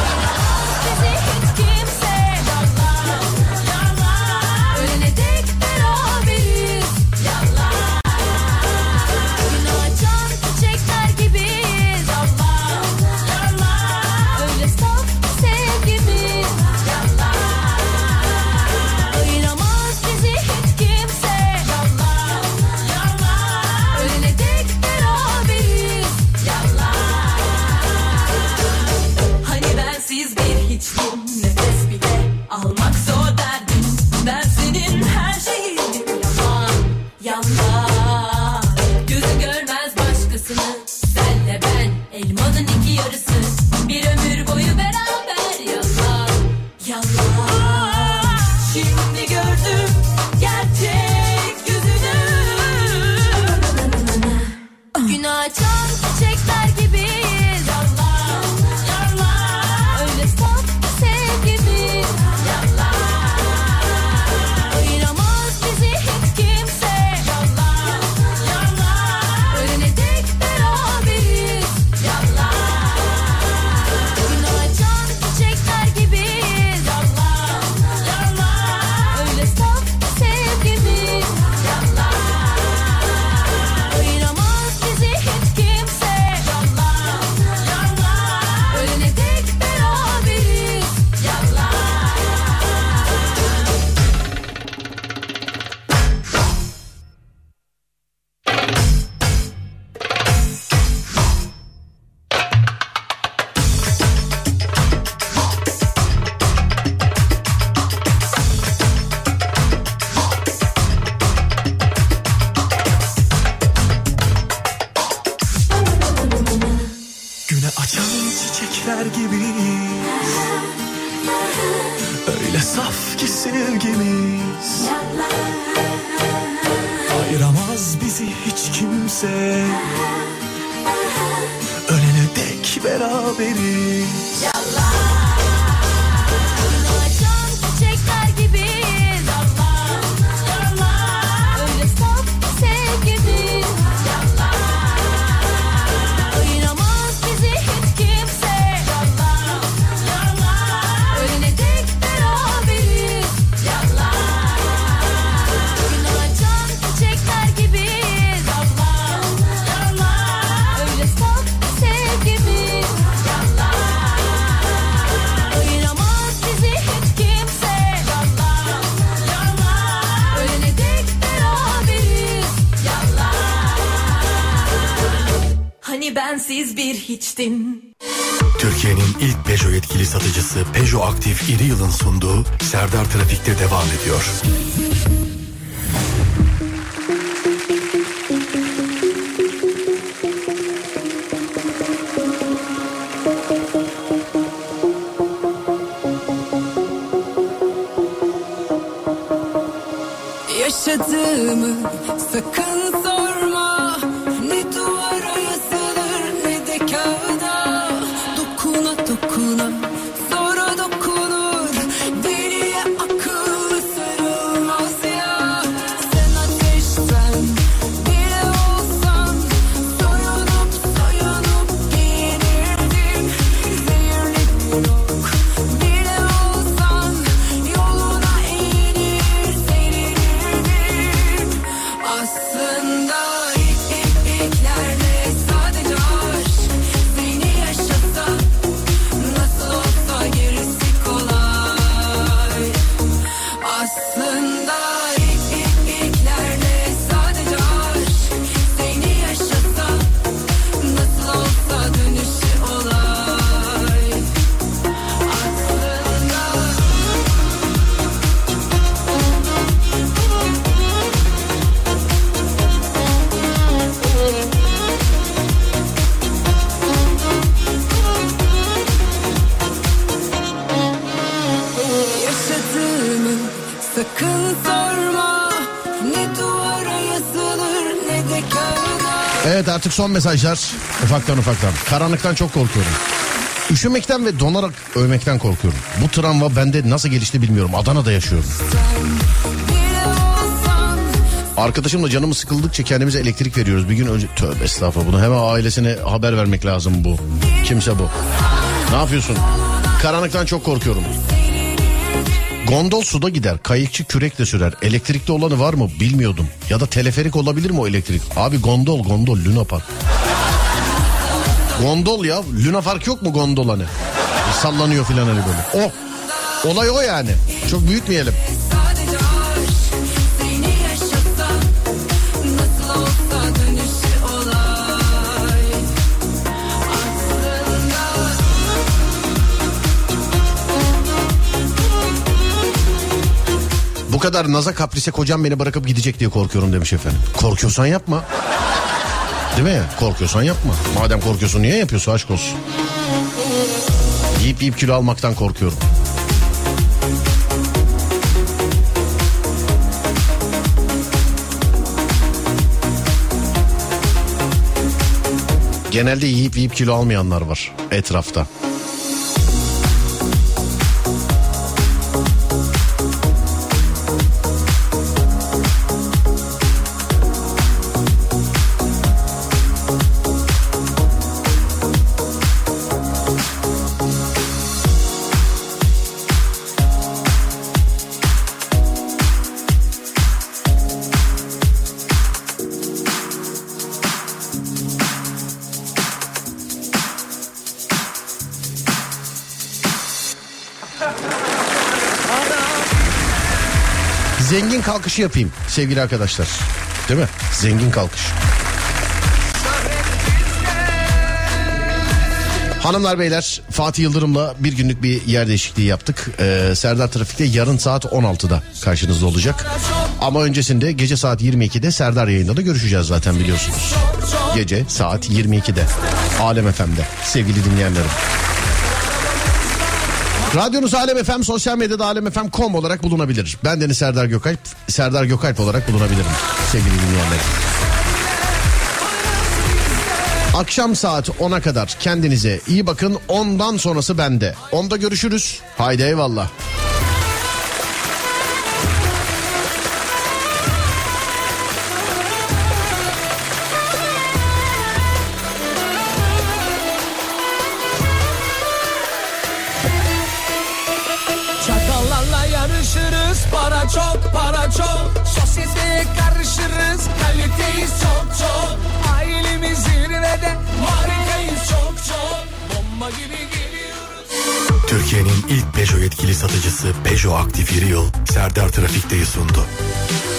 Türkiye'nin ilk Peugeot yetkili satıcısı Peugeot Aktif İri Yıl'ın sunduğu Serdar Trafik'te devam ediyor. Yaşadığımı sakın sorma, ne duvara yazılır ne de kağıda. Dokuna dokuna sonra dokunur, deliye akıl sarıl. Evet, artık son mesajlar ufaktan ufaktan. Karanlıktan çok korkuyorum. Üşümekten ve donarak ölmekten korkuyorum. Bu travma bende nasıl gelişti bilmiyorum. Adana'da yaşıyorum. Arkadaşımla canımız sıkıldıkça kendimize elektrik veriyoruz. Bir gün önce... Tövbe estağfurullah, bunu hemen ailesine haber vermek lazım bu. Kimse bu. Ne yapıyorsun? Karanlıktan çok korkuyorum. Gondol suda gider, kayıkçı kürekle sürer. Elektrikli olanı var mı bilmiyordum. Ya da teleferik olabilir mi o elektrik? Abi gondol gondol Luna Park. Gondol ya, Luna Park yok mu gondol hani? Sallanıyor filan hani böyle. O. Olay o yani. Çok büyütmeyelim. Bu kadar naza kaprise kocam beni bırakıp gidecek diye korkuyorum demiş efendim. Korkuyorsan yapma. Değil mi? Korkuyorsan yapma. Madem korkuyorsun niye yapıyorsun, aşk olsun. Yiyip yiyip kilo almaktan korkuyorum. Genelde yiyip yiyip kilo almayanlar var etrafta. Zengin kalkışı yapayım sevgili arkadaşlar. Değil mi? Zengin kalkış. Hanımlar beyler, Fatih Yıldırım'la bir günlük bir yer değişikliği yaptık. Ee, Serdar Trafik'te yarın saat on altıda karşınızda olacak. Ama öncesinde gece saat yirmi ikide Serdar yayında da görüşeceğiz zaten, biliyorsunuz. Gece saat yirmi ikide Alem F M'de sevgili dinleyenlerim. Radyonuz Alem F M, sosyal medyada alem f m nokta com olarak bulunabilir. Ben Deniz Serdar Gökalp, Serdar Gökalp olarak bulunabilirim sevgili dinleyenler. Akşam saat ona kadar kendinize iyi bakın. Ondan sonrası bende. Onda görüşürüz. Haydi eyvallah. Çakallarla yarışırız, para çok para çok. Sosyeteye karışırız, kaliteyiz çok çok. Ailemiz zirvede, harikayız çok çok. Bomba gibi geliyoruz. Türkiye'nin ilk Peugeot yetkili satıcısı Peugeot Aktif Yeri Yıl Serdar Trafik'teyi sundu.